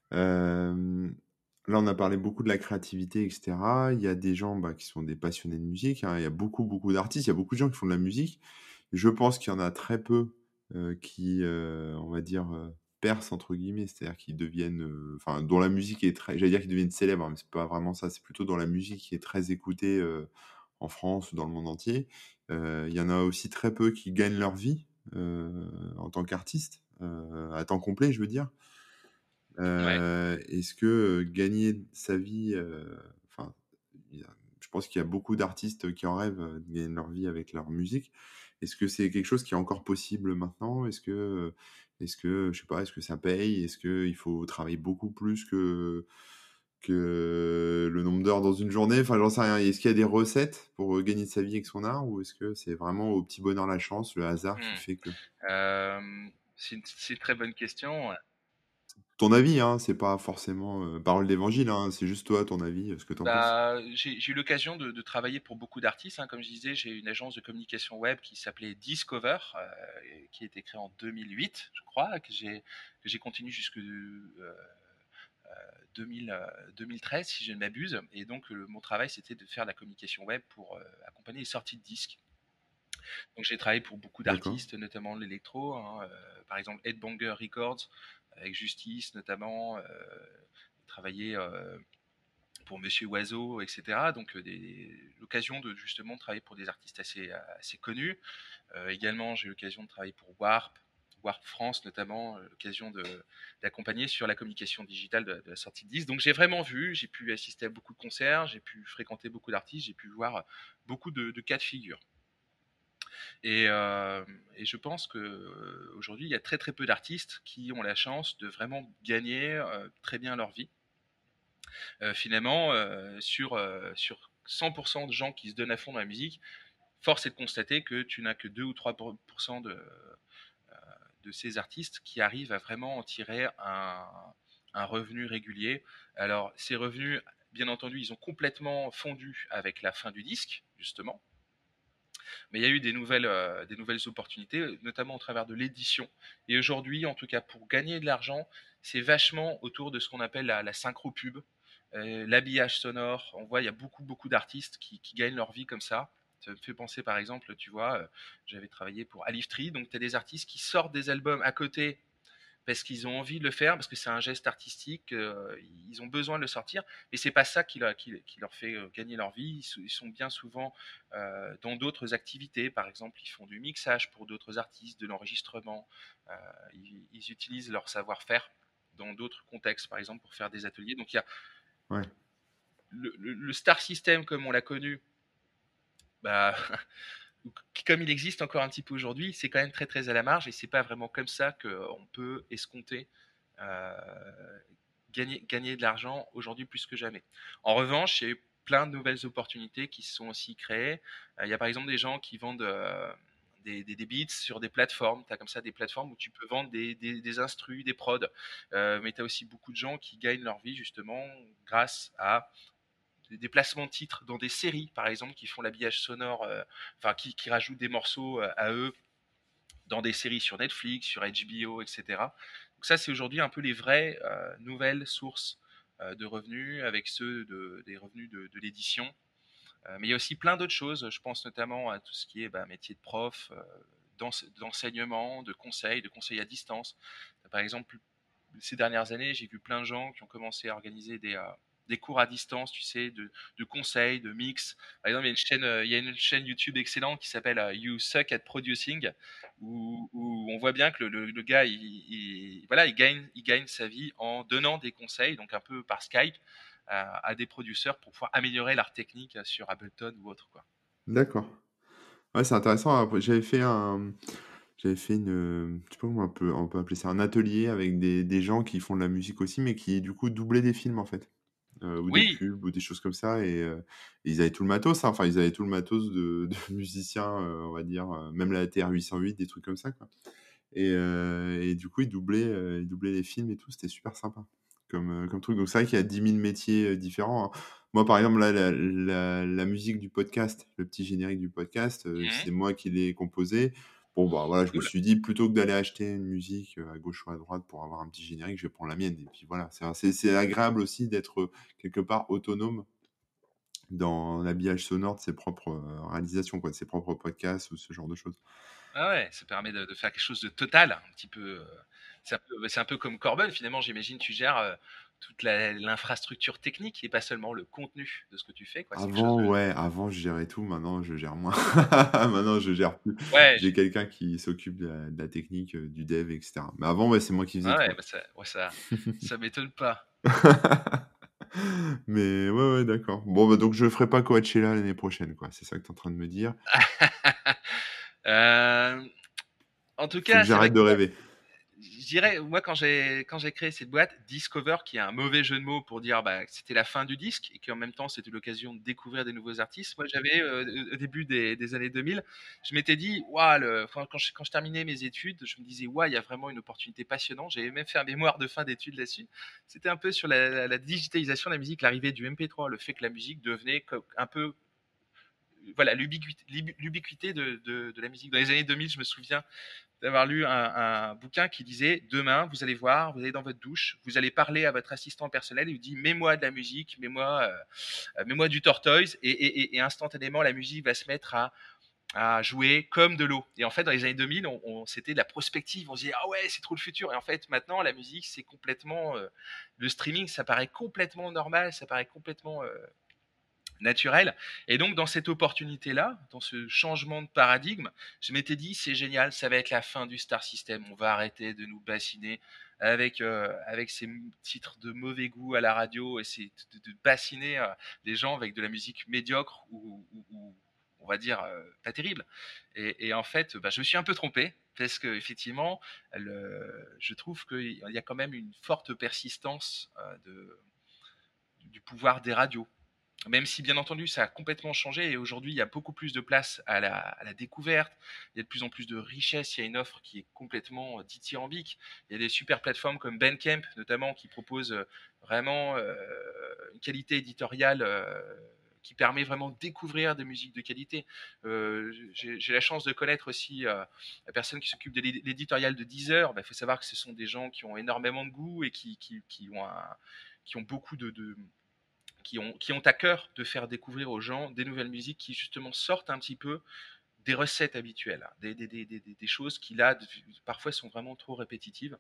hem, là, on a parlé beaucoup de la créativité et cetera. Il y a des gens, bah, qui sont des passionnés de musique, hein. Il y a beaucoup, beaucoup d'artistes, il y a beaucoup de gens qui font de la musique. Je pense qu'il y en a très peu, heu, qui, heu, on va dire, heu, «percent» entre guillemets, c'est-à-dire qui deviennent, heu, enfin, dont la musique est très j'allais dire qu'ils deviennent célèbres, hein, mais c'est pas vraiment ça, c'est plutôt dans la musique qui est très écoutée, heu, en France ou dans le monde entier. Heu, il y en a aussi très peu qui gagnent leur vie, heu, en tant qu'artiste, heu, à temps complet, je veux dire. Ouais. Heu, est-ce que, heu, gagner sa vie, heu, enfin, il y a je pense qu'il y a beaucoup d'artistes qui en rêvent, heu, de gagner leur vie avec leur musique. Est-ce que c'est quelque chose qui est encore possible maintenant? Est-ce que, heu, est-ce que, je sais pas, est-ce que ça paye? Est-ce qu'il faut travailler beaucoup plus que que le nombre d'heures dans une journée? Enfin, j'en sais rien. Est-ce qu'il y a des recettes pour, heu, gagner sa vie avec son art? Ou est-ce que c'est vraiment au petit bonheur la chance, le hasard qui Hmm. fait que Euh, c'est une, une, très bonne question. ton avis, hein, c'est pas forcément, heu, parole d'évangile, hein, c'est juste toi, ton avis, heu, ce que tu en penses. Bah, j'ai j'ai eu l'occasion de, de travailler pour beaucoup d'artistes. Hein. Comme je disais, j'ai une agence de communication web qui s'appelait Discover, euh, et qui a été créée en deux mille huit, je crois, que j'ai que j'ai continué jusque euh, deux mille, euh, deux mille treize, si je ne m'abuse. Et donc, le, mon travail, c'était de faire la communication web pour euh, accompagner les sorties de disques. Donc, j'ai travaillé pour beaucoup D'accord. d'artistes, notamment l'électro, hein, euh, par exemple Headbanger Records, avec Justice notamment. Euh, travaillé euh, pour Monsieur Oiseau, et cetera. Donc euh, l'occasion de justement travailler pour des artistes assez, assez connus. Euh, également, j'ai eu l'occasion de travailler pour Warp, Warp France notamment, euh, l'occasion d'accompagner sur la communication digitale de, de la sortie de disques. Donc j'ai vraiment vu, j'ai pu assister à beaucoup de concerts, j'ai pu fréquenter beaucoup d'artistes, j'ai pu voir beaucoup de, de cas de figure. Et, euh, et je pense qu'aujourd'hui, il y a très très peu d'artistes qui ont la chance de vraiment gagner euh, très bien leur vie. Euh, finalement, euh, sur, euh, sur cent pour cent de gens qui se donnent à fond dans la musique, force est de constater que tu n'as que deux ou trois pour cent de, de ces artistes qui arrivent à vraiment en tirer un, un revenu régulier. Alors, ces revenus, bien entendu, ils ont complètement fondu avec la fin du disque, justement. Mais il y a eu des nouvelles, euh, des nouvelles opportunités, notamment au travers de l'édition. Et aujourd'hui, en tout cas, pour gagner de l'argent, c'est vachement autour de ce qu'on appelle la, la synchro pub, euh, l'habillage sonore. On voit, il y a beaucoup, beaucoup d'artistes qui, qui gagnent leur vie comme ça. Ça me fait penser, par exemple, tu vois, euh, j'avais travaillé pour Alif Tree, donc tu as des artistes qui sortent des albums à côté parce qu'ils ont envie de le faire, parce que c'est un geste artistique, euh, ils ont besoin de le sortir, mais c'est pas ça qui, leur, qui, qui leur fait euh, gagner leur vie. Ils, ils sont bien souvent euh, dans d'autres activités, par exemple, ils font du mixage pour d'autres artistes, de l'enregistrement, euh, ils, ils utilisent leur savoir-faire dans d'autres contextes, par exemple, pour faire des ateliers. Donc il y a Ouais. le, le, le star system comme on l'a connu, bah, comme il existe encore un petit peu aujourd'hui, c'est quand même très très à la marge et c'est pas vraiment comme ça qu'on peut escompter euh, gagner, gagner de l'argent aujourd'hui plus que jamais. En revanche, il y a eu plein de nouvelles opportunités qui se sont aussi créées. Euh, il y a par exemple des gens qui vendent euh, des, des, des beats sur des plateformes. Tu as comme ça des plateformes où tu peux vendre des, des, des instrus, des prods. Euh, mais tu as aussi beaucoup de gens qui gagnent leur vie justement grâce à des placements de titres dans des séries, par exemple, qui font l'habillage sonore, euh, enfin, qui, qui rajoutent des morceaux euh, à eux dans des séries sur Netflix, sur H B O, et cetera. Donc ça, c'est aujourd'hui un peu les vraies euh, nouvelles sources euh, de revenus avec ceux de, des revenus de, de l'édition. Euh, mais il y a aussi plein d'autres choses. Je pense notamment à tout ce qui est bah, métier de prof, euh, d'enseignement, de conseil, de conseil à distance. Par exemple, ces dernières années, j'ai vu plein de gens qui ont commencé à organiser des, euh, des cours à distance, tu sais, de, de conseils, de mix. Par exemple, il y a une chaîne, euh, il y a une chaîne YouTube excellente qui s'appelle euh, You Suck at Producing, où, où on voit bien que le, le, le gars, il, il, voilà, il gagne, il gagne sa vie en donnant des conseils, donc un peu par Skype, à, à des producteurs pour pouvoir améliorer l'art technique sur Ableton ou autre, quoi. D'accord. Ouais, c'est intéressant. Après, j'avais fait un j'avais fait une, heu, je sais pas comment on peut on peut appeler ça, un atelier avec des des gens qui font de la musique aussi, mais qui du coup doublaient des films en fait, heu, ou des Oui, pubs ou des choses comme ça et heu, ils avaient tout le matos, hein, enfin ils avaient tout le matos de de musiciens, heu, on va dire, heu, même la T R huit cent huit, des trucs comme ça, quoi et heu et du coup ils doublaient, heu, ils doublaient les films et tout, c'était super sympa comme, heu, comme truc. Donc c'est vrai qu'il y a dix mille métiers, heu, différents, hein. Moi, par exemple, là, la la la musique du podcast, le petit générique du podcast, heu, mmh, c'est moi qui l'ai composé. Bon, bah, voilà, je me cool. suis dit: «Plutôt que d'aller acheter une musique, heu, à gauche ou à droite pour avoir un petit générique, je vais prendre la mienne» et puis voilà, c'est c'est c'est agréable aussi d'être, heu, quelque part autonome dans l'habillage sonore de ses propres, heu, réalisations, quoi, de ses propres podcasts ou ce genre de choses. Ah ouais, ça permet de, de faire quelque chose de total, un petit peu. euh, C'est un peu, c'est un peu comme Corben, finalement, j'imagine, tu gères euh, toute la- l'infrastructure technique et pas seulement le contenu de ce que tu fais, quoi. C'est quelque chose Avant, de. ouais, avant je gérais tout, maintenant je gère moins. Maintenant je gère plus. Ouais, J'ai j'ai- quelqu'un qui s'occupe de la de la technique, heu, du dev et cetera. Mais avant, ouais, c'est moi qui faisais ah tout, ouais, ouais. bah ça, ouais, ça, ça m'étonne pas. Mais ouais, ouais, d'accord. Bon, bah, donc je ferai pas Coachella l'année prochaine, quoi. C'est ça que tu es en train de me dire? Euh, en tout Faut que cas, c'est vrai j'arrête que de moi, rêver. je dirais, moi, quand j'ai quand j'ai créé cette boîte, Discover, qui est un mauvais jeu de mots pour dire bah, que c'était la fin du disque et qu'en même temps c'était l'occasion de découvrir des nouveaux artistes. Moi, j'avais euh, au début des, des années deux mille, je m'étais dit, waouh, le- enfin, quand je, quand je terminais mes études, je me disais, waouh, il y a vraiment une opportunité passionnante. J'avais même fait un mémoire de fin d'études là-dessus. C'était un peu sur la, la- la digitalisation de la musique, l'arrivée du M P trois, le fait que la musique devenait co- un peu voilà l'ubiquité, l'ubiquité de, de, de la musique. Dans les années deux mille, je me souviens d'avoir lu un, un bouquin qui disait demain, vous allez voir, vous allez dans votre douche, vous allez parler à votre assistant personnel et vous dit mets-moi de la musique, mets-moi, euh, mets-moi du Tortoise et, et, et, instantanément la musique va se mettre à, à jouer comme de l'eau. Et en fait, dans les années deux mille, on, on, c'était de la prospective. On se disait ah ouais, c'est trop le futur. Et en fait, maintenant, la musique, c'est complètement euh, le streaming, ça paraît complètement normal, ça paraît complètement euh, naturel. Et donc, dans cette opportunité-là, dans ce changement de paradigme, je m'étais dit, c'est génial, ça va être la fin du Star System. On va arrêter de nous bassiner avec, euh, avec ces titres de mauvais goût à la radio et c'est de, de bassiner euh, les gens avec de la musique médiocre ou, ou, ou on va dire, euh, pas terrible. Et, et en fait, bah, je me suis un peu trompé parce que effectivement, le- je trouve qu'il y a quand même une forte persistance euh, de, du pouvoir des radios. Même si, bien entendu, ça a complètement changé et aujourd'hui, il y a beaucoup plus de place à la, à la découverte, il y a de plus en plus de richesse, il y a une offre qui est complètement euh, dithyrambique. Il y a des super plateformes comme Bandcamp, notamment, qui proposent euh, vraiment euh, une qualité éditoriale euh, qui permet vraiment de découvrir des musiques de qualité. Euh, j'ai, j'ai la chance de connaître aussi euh, la personne qui s'occupe de l'éditorial de Deezer. Il faut savoir que ce sont des gens qui ont énormément de goût et qui, qui, qui ont, un, qui ont beaucoup de, de qui ont, qui ont à cœur de faire découvrir aux gens des nouvelles musiques qui justement sortent un petit peu des recettes habituelles, hein, des, des, des, des, des choses qui là parfois sont vraiment trop répétitives,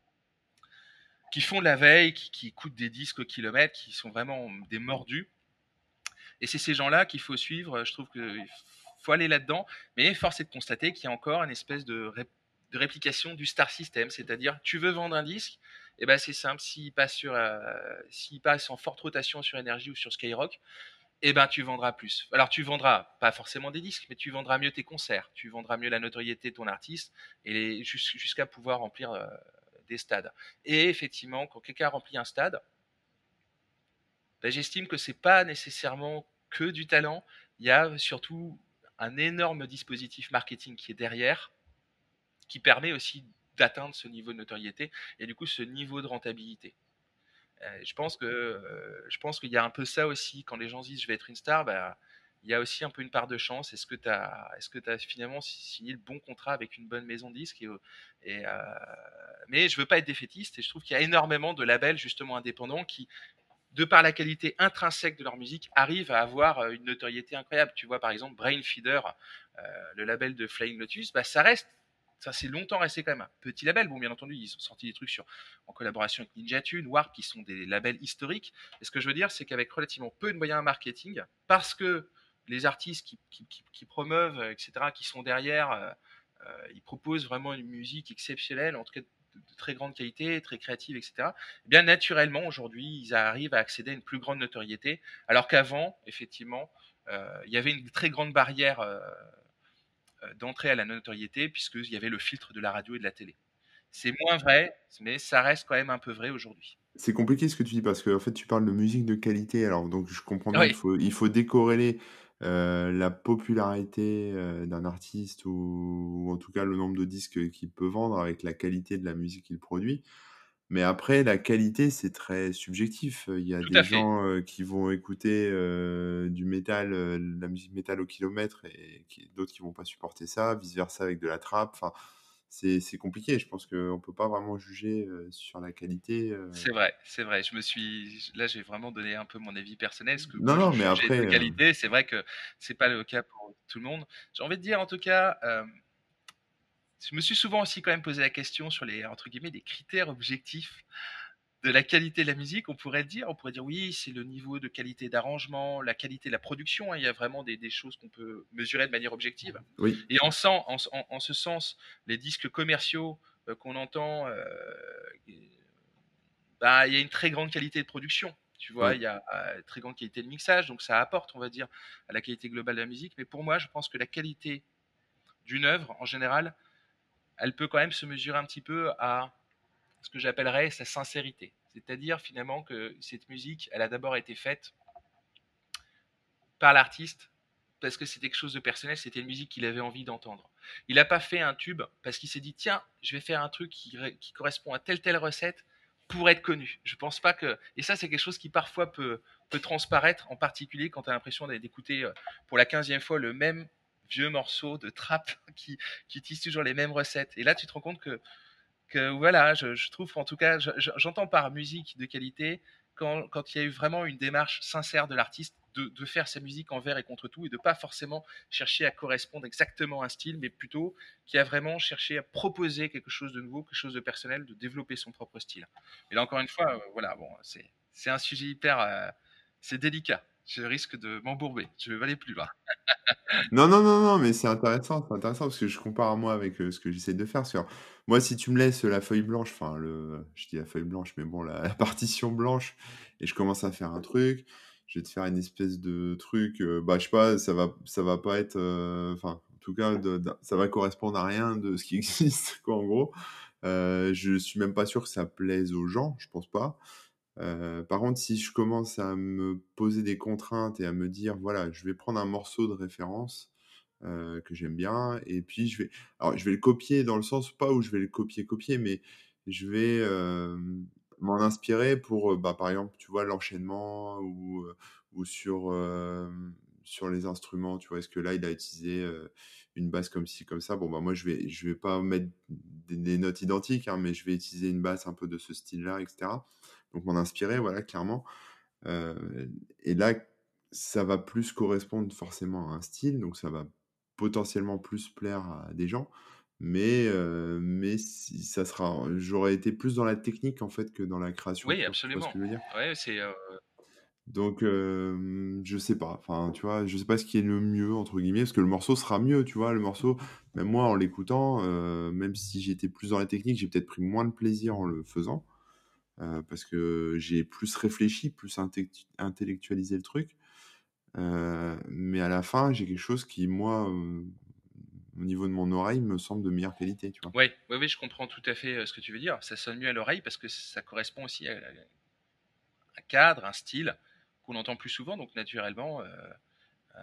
qui font de la veille, qui, qui écoutent des disques au kilomètre, qui sont vraiment des mordus. Et c'est ces gens-là qu'il faut suivre. Je trouve qu'il faut aller là-dedans, mais force est de constater qu'il y a encore une espèce de, ré, de réplication du star system, c'est-à-dire tu veux vendre un disque, et eh ben c'est simple, s'il passe sur, euh, s'il passe en forte rotation sur Énergie ou sur Skyrock, eh ben tu vendras plus. Alors tu vendras pas forcément des disques, mais tu vendras mieux tes concerts, tu vendras mieux la notoriété de ton artiste et les, jusqu'à pouvoir remplir euh, des stades. Et effectivement, quand quelqu'un remplit un stade, ben, j'estime que c'est pas nécessairement que du talent. Il y a surtout un énorme dispositif marketing qui est derrière, qui permet aussi d'atteindre ce niveau de notoriété et du coup ce niveau de rentabilité. Euh, je pense que euh, je pense qu'il y a un peu ça aussi quand les gens disent je vais être une star, bah, il y a aussi un peu une part de chance. Est-ce que tu as est-ce que tu as finalement signé le bon contrat avec une bonne maison de disques et, et euh, mais je veux pas être défaitiste et je trouve qu'il y a énormément de labels justement indépendants qui de par la qualité intrinsèque de leur musique arrivent à avoir une notoriété incroyable. Tu vois par exemple Brainfeeder, euh, le label de Flying Lotus, bah, ça reste ça c'est longtemps resté quand même un petit label. Bon, bien entendu, ils ont sorti des trucs sur, en collaboration avec Ninja Tune, Warp, qui sont des labels historiques. Et ce que je veux dire, c'est qu'avec relativement peu de moyens marketing, parce que les artistes qui, qui, qui, qui promeuvent, et cetera, qui sont derrière, euh, euh, ils proposent vraiment une musique exceptionnelle, en tout cas de, de très grande qualité, très créative, et cetera. Et bien naturellement, aujourd'hui, ils arrivent à accéder à une plus grande notoriété, alors qu'avant, effectivement, euh, il y avait une très grande barrière euh, d'entrée à la notoriété, puisqu'il y avait le filtre de la radio et de la télé. C'est moins vrai, mais ça reste quand même un peu vrai aujourd'hui. C'est compliqué ce que tu dis parce qu'en fait, tu parles de musique de qualité. Alors, donc, je comprends bien qu'il Oui, faut, il faut décorréler euh, la popularité euh, d'un artiste ou, ou en tout cas le nombre de disques qu'il peut vendre avec la qualité de la musique qu'il produit. Mais après, la qualité, c'est très subjectif. Il y a tout des à fait. gens euh, qui vont écouter euh, du métal, euh, la musique métal au kilomètre, et qui- d'autres qui vont pas supporter ça, vice-versa avec de la trap. Enfin, c'est c'est compliqué. Je pense qu'on peut pas vraiment juger euh, sur la qualité. euh. C'est vrai, c'est vrai. Je me suis là, j'ai vraiment donné un peu mon avis personnel, ce que Non, moi je non, mais jugeais de après, euh, qualité. C'est vrai que c'est pas le cas pour tout le monde. J'ai envie de dire, en tout cas, euh, je me suis souvent aussi quand même posé la question sur les entre guillemets des critères objectifs de la qualité de la musique. On pourrait dire, on pourrait dire oui, c'est le niveau de qualité d'arrangement, la qualité de la production, hein. Il y a vraiment des, des choses qu'on peut mesurer de manière objective. oui. Et en, sens, en, en, en ce sens, les disques commerciaux euh, qu'on entend, euh, bah, il y a une très grande qualité de production. Tu vois, Ouais. il y a euh, très grande qualité de mixage, donc ça apporte, on va dire, à la qualité globale de la musique. Mais pour moi, je pense que la qualité d'une œuvre, en général, elle peut quand même se mesurer un petit peu à ce que j'appellerais sa sincérité. C'est-à-dire finalement que cette musique, elle a d'abord été faite par l'artiste parce que c'était quelque chose de personnel, c'était une musique qu'il avait envie d'entendre. Il n'a pas fait un tube parce qu'il s'est dit tiens, je vais faire un truc qui, qui correspond à telle telle recette pour être connu. Je pense pas que et ça c'est quelque chose qui parfois peut peut transparaître, en particulier quand tu as l'impression d'écouter euh, pour la quinzième fois le même vieux morceau de trap qui, qui utilise toujours les mêmes recettes. Et là, tu te rends compte que que voilà, je, je trouve en tout cas, je- je- j'entends par musique de qualité quand, quand il y a eu vraiment une démarche sincère de l'artiste de, de faire sa musique envers et contre tout et de pas forcément chercher à correspondre exactement à un style, mais plutôt qui a vraiment cherché à proposer quelque chose de nouveau, quelque chose de personnel, de développer son propre style. Et là encore une fois, euh, voilà, bon, c'est c'est un sujet hyper, euh, c'est délicat. Je risque de m'embourber. Je vais aller plus loin. Non, non, non, non, mais c'est intéressant, c'est intéressant parce que je compare à moi avec euh, ce que j'essaie de faire. Parce que moi, si tu me laisses la feuille blanche, enfin, le, je dis la feuille blanche, mais bon, la, la partition blanche, et je commence à faire un truc, je vais te faire une espèce de truc, heu, bah, je sais pas, ça va ça va pas être, heu, enfin, en tout cas, de de ça va correspondre à rien de ce qui existe, quoi, en gros. Heu, je suis même pas sûr que ça plaise aux gens, je pense pas. Heu, par contre, si je commence à me poser des contraintes et à me dire: «Voilà, je vais prendre un morceau de référence, heu, que j'aime bien et puis je vais» alors je vais le copier dans le sens pas où je vais le copier, copier, mais je vais, hem, m'en inspirer pour, heu, bah, par exemple, tu vois, l'enchaînement ou, heu, ou sur, hem, sur les instruments, tu vois? Est-ce que là, il a utilisé, heu, une basse comme ci, comme ça? Bon, bah, moi, je vais je vais pas mettre des des notes identiques, hein, mais je vais utiliser une basse un peu de ce style-là et cetera. Donc m'en inspirer, voilà, clairement. Heu et là, ça va plus correspondre forcément à un style, donc ça va potentiellement plus plaire à des gens. Mais heu, mais si ça sera j'aurais été plus dans la technique, en fait, que dans la création Oui, pure. Tu vois ce absolument. que je veux dire? Ouais, c'est, heu Donc hem, je sais pas, enfin, tu vois, je sais pas ce qui est le «mieux» entre guillemets, parce que le morceau sera mieux, tu vois? Le morceau, même moi en l'écoutant, heu, même si j'étais plus dans la technique, j'ai peut-être pris moins de plaisir en le faisant. Heu, parce que j'ai plus réfléchi, plus intectu intellectualisé le truc, heu, mais à la fin, j'ai quelque chose qui moi, heu, au niveau de mon oreille, me semble de meilleure qualité, tu vois? ouais, oui, oui, je comprends tout à fait, heu, ce que tu veux dire. Ça sonne mieux à l'oreille parce que ça correspond aussi à un cadre, un style qu'on entend plus souvent, donc naturellement, heu heu,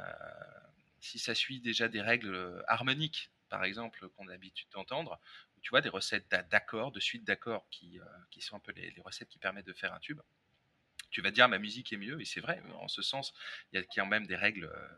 si ça suit déjà des règles, heu, harmoniques, par exemple, qu'on a l'habitude d'entendre, ou tu vois, des recettes d'a d'accords, de suites d'accords qui, heu, qui sont un peu les les recettes qui permettent de faire un tube. Tu vas te dire: «Ma musique est mieux» et c'est vrai, en ce sens, il y a quand même des règles, heu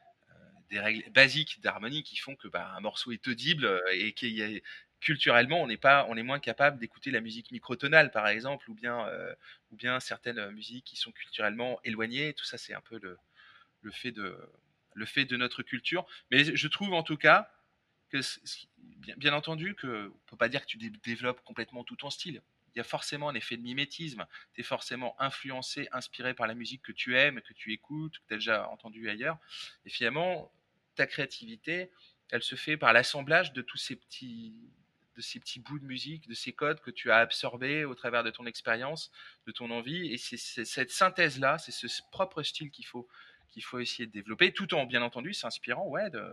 des règles basiques d'harmonie qui font que bah, un morceau est audible euh, et qu'il y a culturellement on n'est pas on est moins capable d'écouter la musique microtonale par exemple ou bien euh, ou bien certaines euh, musiques qui sont culturellement éloignées, tout ça c'est un peu le, le fait de le fait de notre culture, mais je trouve en tout cas que bien, bien entendu que on peut pas dire que tu dé- développes complètement tout ton style. Il y a forcément un effet de mimétisme. Tu es forcément influencé, inspiré par la musique que tu aimes, que tu écoutes, que tu as déjà entendu ailleurs. Et finalement, ta créativité, elle se fait par l'assemblage de tous ces petits de ces petits bouts de musique, de ces codes que tu as absorbés au travers de ton expérience, de ton envie. Et c'est c'est cette synthèse-là, c'est ce propre style qu'il faut, qu'il faut essayer de développer, tout en, bien entendu, s'inspirant ouais, de,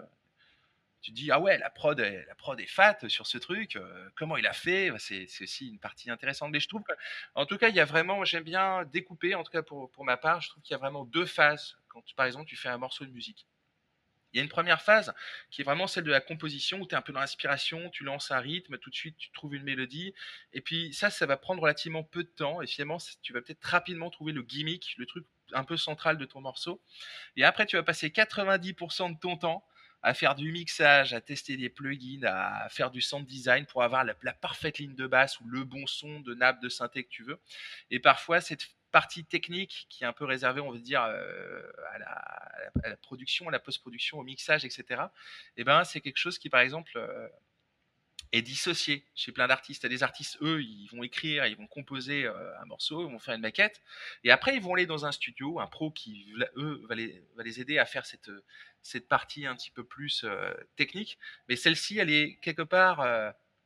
tu te dis ah ouais la prod est, la prod est fat sur ce truc, euh, comment il a fait, bah, c'est c'est aussi une partie intéressante, mais je trouve que en tout cas il y a vraiment, j'aime bien découper, en tout cas pour pour ma part, je trouve qu'il y a vraiment deux phases quand par exemple tu fais un morceau de musique. Il y a une première phase qui est vraiment celle de la composition où tu es un peu dans l'inspiration, tu lances un rythme, tout de suite tu trouves une mélodie, et puis ça, ça va prendre relativement peu de temps, et finalement tu vas peut-être rapidement trouver le gimmick, le truc un peu central de ton morceau. Et après, tu vas passer quatre-vingt-dix pour cent de ton temps à faire du mixage, à tester des plugins, à faire du sound design pour avoir la, la parfaite ligne de basse ou le bon son de nappe de synthé que tu veux. Et parfois, cette partie technique qui est un peu réservée, on va dire, euh, à, la, à, la, production, à la post-production, au mixage, et cetera. Et ben, c'est quelque chose qui, par exemple, euh, est dissocié chez plein d'artistes. Il y a des artistes, eux, ils vont écrire, ils vont composer euh, un morceau, ils vont faire une maquette, et après ils vont aller dans un studio, un pro qui, eux, va les, va les aider à faire cette, cette partie un petit peu plus euh, technique, mais celle-ci, elle est quelque part euh,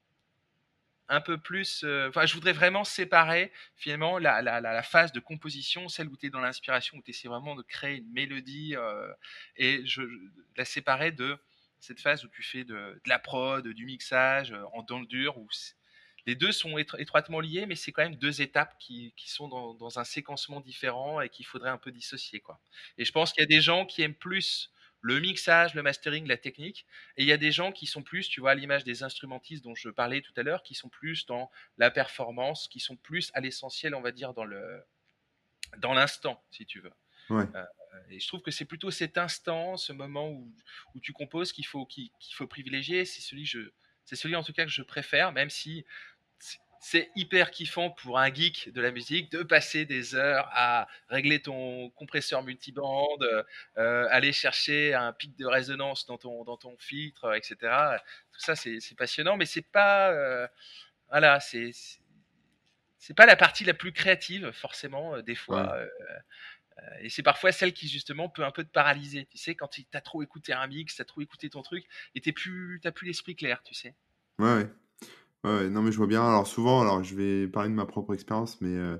un peu plus... euh, Enfin, je voudrais vraiment séparer finalement la, la, la, la phase de composition, celle où tu es dans l'inspiration, où tu essaies vraiment de créer une mélodie, euh, et je, je la séparer de cette phase où tu fais de, de la prod, du mixage, euh, en dans le dur, où les deux sont étro- étroitement liés, mais c'est quand même deux étapes qui, qui sont dans, dans un séquencement différent et qu'il faudrait un peu dissocier, quoi. Et je pense qu'il y a des gens qui aiment plus le mixage, le mastering, la technique, et il y a des gens qui sont plus, tu vois, à l'image des instrumentistes dont je parlais tout à l'heure, qui sont plus dans la performance, qui sont plus à l'essentiel, on va dire, dans le dans l'instant, si tu veux. Ouais. Euh, et je trouve que c'est plutôt cet instant, ce moment où, où tu composes qu'il faut, qu'il, qu'il faut privilégier. C'est celui, je, c'est celui en tout cas que je préfère, même si c'est hyper kiffant pour un geek de la musique de passer des heures à régler ton compresseur multibande, euh, aller chercher un pic de résonance dans ton, dans ton filtre, et cetera. Tout ça, c'est, c'est passionnant, mais c'est pas, euh, voilà, c'est, c'est, c'est pas la partie la plus créative, forcément, euh, des Ouais. fois. Euh, et c'est parfois celle qui, justement, peut un peu te paralyser. Tu sais, quand tu as trop écouté un mix, tu as trop écouté ton truc, et tu n'as plus l'esprit clair, tu sais. Ouais, ouais. Ouais, ouais, non, mais je vois bien. Alors souvent, alors je vais parler de ma propre expérience, mais heu,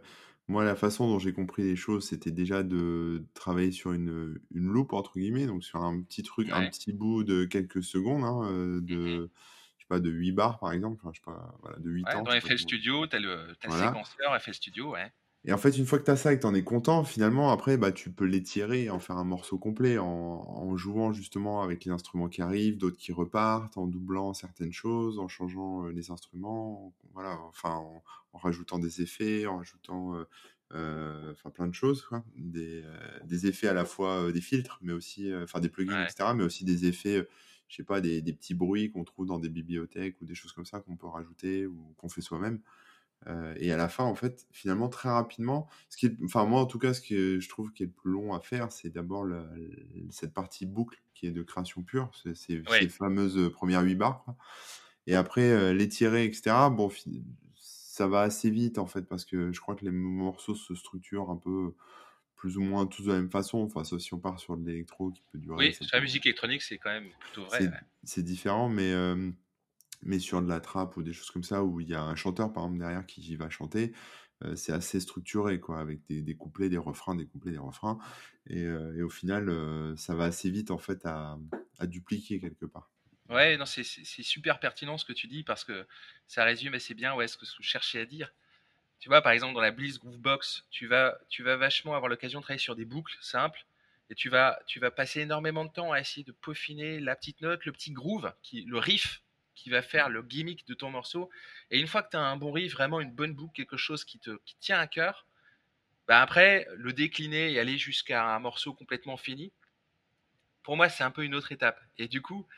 Moi, la façon dont j'ai compris les choses, c'était déjà de travailler sur une, une «loupe» entre guillemets, donc sur un petit truc, un Ouais. petit bout de quelques secondes, hein, heu, Mmh. de je sais pas, de huit bars par exemple, enfin je sais pas, voilà, de huit Ouais, temps, dans je sais pas F L comment Studio, tu as le tu as le voilà. séquenceur F L Studio, ouais. Et en fait, une fois que tu as ça et que tu en es content, finalement, après, bah, tu peux l'étirer et en faire un morceau complet en en jouant justement avec les instruments qui arrivent, d'autres qui repartent, en doublant certaines choses, en changeant, heu, les instruments, voilà, enfin, en en rajoutant des effets, en rajoutant, heu heu, enfin plein de choses, quoi. Des, heu, des effets à la fois, heu, des filtres, mais aussi, heu, enfin des plugins et Ouais. cetera, mais aussi des effets, heu, je sais pas, des des petits bruits qu'on trouve dans des bibliothèques ou des choses comme ça qu'on peut rajouter ou qu'on fait soi-même. Heu et à la fin, en fait, finalement, très rapidement, ce qui est enfin, moi, en tout cas, ce que je trouve qui est le plus long à faire, c'est d'abord le l cette partie boucle qui est de création pure, c'est ces ces Ouais. fameuses, heu, premières huit barres, quoi et après, heu, l'étirer et cetera, bon, fi ça va assez vite, en fait, parce que je crois que les morceaux se structurent un peu plus ou moins tous de la même façon, enfin, sauf si on part sur de l'électro qui peut durer, Oui, ça sur la peut musique électronique, c'est quand même plutôt vrai, c'est ouais. c'est différent, mais hem mais sur de la trap ou des choses comme ça, où il y a un chanteur, par exemple, derrière qui va chanter, heu, c'est assez structuré, quoi, avec des des couplets, des refrains, des couplets, des refrains et heu et au final, heu, ça va assez vite, en fait, à à dupliquer quelque part. Ouais, non, c'est c'est c'est super pertinent ce que tu dis parce que ça résume assez bien, ouais, ce que je cherchais à dire. Tu vois, par exemple, dans la Bliss Groovebox, tu vas tu vas vachement avoir l'occasion de travailler sur des boucles simples et tu vas tu vas passer énormément de temps à essayer de peaufiner la petite note, le petit groove, qui le riff qui va faire le gimmick de ton morceau et une fois que tu as un bon riff, vraiment une bonne boucle, quelque chose qui te qui te tient à cœur, bah, après le décliner et aller jusqu'à un morceau complètement fini, pour moi, c'est un peu une autre étape et du coup,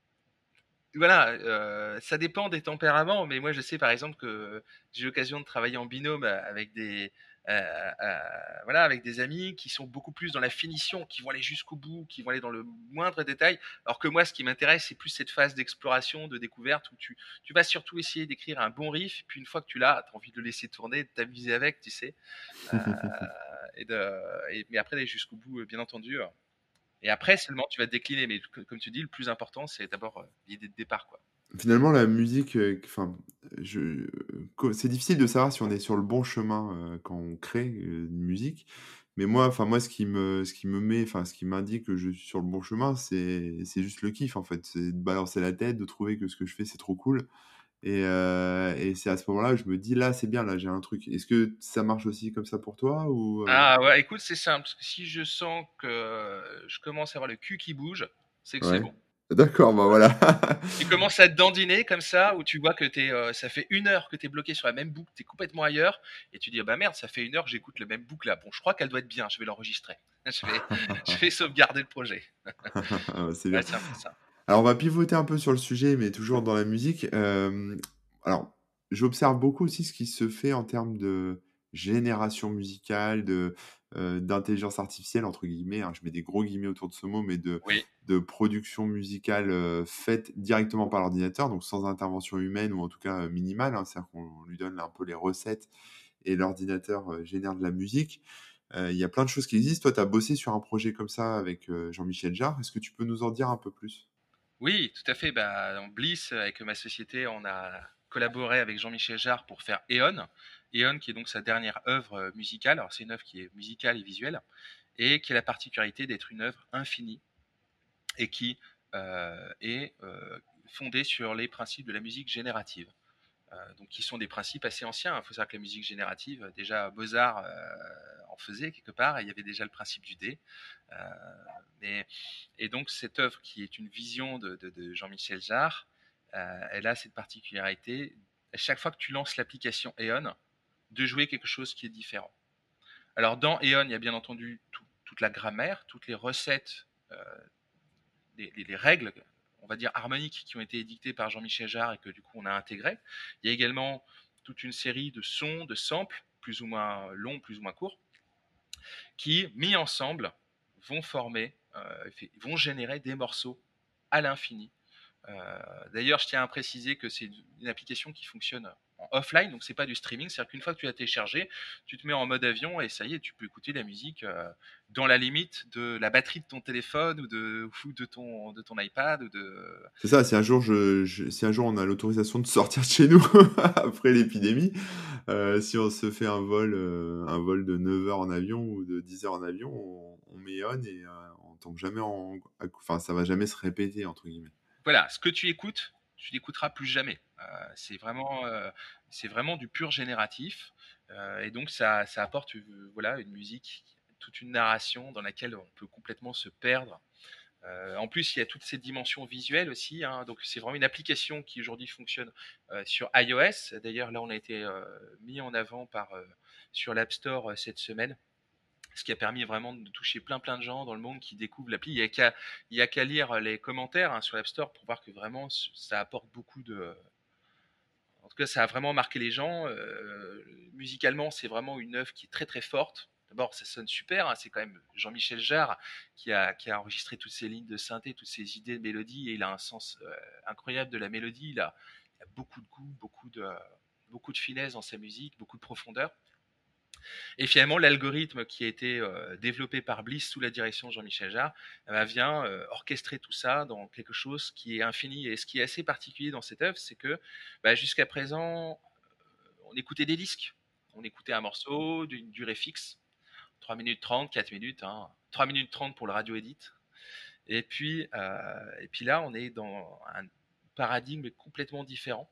voilà, heu, ça dépend des tempéraments, mais moi je sais par exemple que j'ai eu l'occasion de travailler en binôme, heu, avec des, heu heu, voilà, avec des amis qui sont beaucoup plus dans la finition, qui vont aller jusqu'au bout, qui vont aller dans le moindre détail. Alors que moi, ce qui m'intéresse, c'est plus cette phase d'exploration, de découverte où tu tu vas surtout essayer d'écrire un bon riff, puis une fois que tu l'as, tu as envie de le laisser tourner, de t'amuser avec, tu sais? Heu et de et mais après d'aller jusqu'au bout, heu, bien entendu, heu et après seulement tu vas te décliner, mais co comme tu dis, le plus important, c'est d'abord, heu, l'idée de départ, quoi. Finalement, la musique, heu, enfin, je co c'est difficile de savoir si on est sur le bon chemin, heu, quand on crée, heu, une musique. Mais moi, enfin, moi, ce qui me ce qui me met, enfin, ce qui m'indique que je suis sur le bon chemin, c'est c'est juste le kiff, en fait. C'est de balancer la tête, de trouver que ce que je fais, c'est trop cool et heu et c'est à ce moment-là que je me dis: «Là, c'est bien, là, j'ai un truc». Est-ce que ça marche aussi comme ça pour toi ou heu? Ah ouais, écoute, c'est simple, parce que si je sens que je commence à avoir le cul qui bouge, c'est que c'est Ouais. bon. D'accord, bah, voilà. Tu commences à te dandiner comme ça, où tu vois que tu es, ça fait une heure que tu es bloqué sur la même boucle, tu es complètement ailleurs et tu dis: «Ah bah merde, ça fait une heure que j'écoute la même boucle là. Bon, je crois qu'elle doit être bien, je vais l'enregistrer. Je vais je vais sauvegarder le projet». C'est bien. Ouais, c'est un peu ça. Alors, on va pivoter un peu sur le sujet, mais toujours dans la musique. Hem, alors, j'observe beaucoup aussi ce qui se fait en termes de génération musicale, de, heu, «d'intelligence artificielle» entre guillemets, hein, je mets des gros guillemets autour de ce mot, mais de Oui, de production musicale, heu, faite directement par l'ordinateur, donc sans intervention humaine ou en tout cas, heu, minimale, hein. C'est-à-dire qu'on lui donne un peu les recettes et l'ordinateur, heu, génère de la musique. Heu, il y a plein de choses qui existent. Toi, tu as bossé sur un projet comme ça avec, heu, Jean-Michel Jarre. Est-ce que tu peux nous en dire un peu plus? oui, tout à fait. Bah, dans Bliss, avec ma société, on a collaboré avec Jean-Michel Jarre pour faire Eon. Eon, qui est donc sa dernière œuvre, heu, musicale. Alors c'est une œuvre qui est musicale et visuelle et qui a la particularité d'être une œuvre infinie. Et qui euh, est euh, fondée sur les principes de la musique générative. Euh, donc, qui sont des principes assez anciens. Il faut savoir que la musique générative, déjà Mozart euh, en faisait quelque part, et il y avait déjà le principe du dé. Euh, mais, et donc, cette œuvre, qui est une vision de, de, de Jean-Michel Jarre, euh, elle a cette particularité, à chaque fois que tu lances l'application Eon, de jouer quelque chose qui est différent. Alors, dans Eon, il y a bien entendu tout, toute la grammaire, toutes les recettes euh, les, les, les règles, on va dire harmoniques, qui ont été édictées par Jean-Michel Jarre et que du coup on a intégré. Il y a également toute une série de sons, de samples, plus ou moins longs, plus ou moins courts, qui, mis ensemble, vont former, euh, vont générer des morceaux à l'infini, Euh, D'ailleurs, je tiens à préciser que c'est une application qui fonctionne en offline, donc c'est pas du streaming. C'est-à-dire qu'une fois que tu l'as téléchargé, tu te mets en mode avion et ça y est, tu peux écouter la musique euh, dans la limite de la batterie de ton téléphone ou de, ou de, ton, de ton iPad. Ou de... C'est ça, si un jour, je, je- si un jour on a l'autorisation de sortir de chez nous après l'épidémie, euh, si on se fait un vol, euh, un vol de neuf heures en avion ou de dix heures en avion, on, on met on et euh, on tombe jamais en... Enfin, ça va jamais se répéter, entre guillemets. Voilà, ce que tu écoutes, tu l'écouteras plus jamais. Euh, c'est vraiment, euh, c'est vraiment du pur génératif. Euh, et donc, ça, ça apporte euh, voilà, une musique, toute une narration dans laquelle on peut complètement se perdre. Euh, en plus, il y a toutes ces dimensions visuelles aussi. Hein, donc, c'est vraiment une application qui aujourd'hui fonctionne euh, sur iOS. D'ailleurs, là, on a été euh, mis en avant par, euh, sur l'App Store euh, cette semaine, ce qui a permis vraiment de toucher plein plein de gens dans le monde qui découvrent l'appli. Il n'y a qu'à il y a qu'à lire les commentaires hein, sur l'App Store pour voir que vraiment ça apporte beaucoup de. En tout cas, ça a vraiment marqué les gens. Euh, musicalement, c'est vraiment une œuvre qui est très très forte. D'abord, ça sonne super. Hein, c'est quand même Jean-Michel Jarre qui a, qui a enregistré toutes ces lignes de synthé, toutes ces idées de mélodie, et il a un sens euh, incroyable de la mélodie. Il a, il a beaucoup de goût, beaucoup de, beaucoup de finesse dans sa musique, beaucoup de profondeur. Et finalement, l'algorithme qui a été euh, développé par Bliss sous la direction de Jean-Michel Jarre euh, vient euh, orchestrer tout ça dans quelque chose qui est infini. Et ce qui est assez particulier dans cette œuvre, c'est que bah, jusqu'à présent, on écoutait des disques. On écoutait un morceau d'une durée fixe, trois minutes trente, quatre minutes, hein, trois minutes trente pour le radio edit. Et puis, euh, et puis là, on est dans un paradigme complètement différent.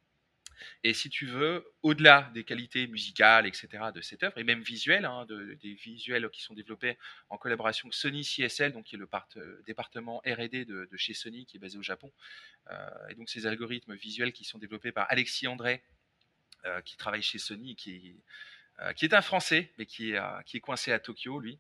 Et si tu veux, au-delà des qualités musicales, et cetera, de cette œuvre, et même visuelles, hein, de, des visuels qui sont développés en collaboration avec Sony C S L, donc qui est le part, euh, département R et D de, de chez Sony, qui est basé au Japon, euh, et donc ces algorithmes visuels qui sont développés par Alexis André, euh, qui travaille chez Sony, qui, euh, qui est un Français, mais qui est, euh, qui est coincé à Tokyo, lui.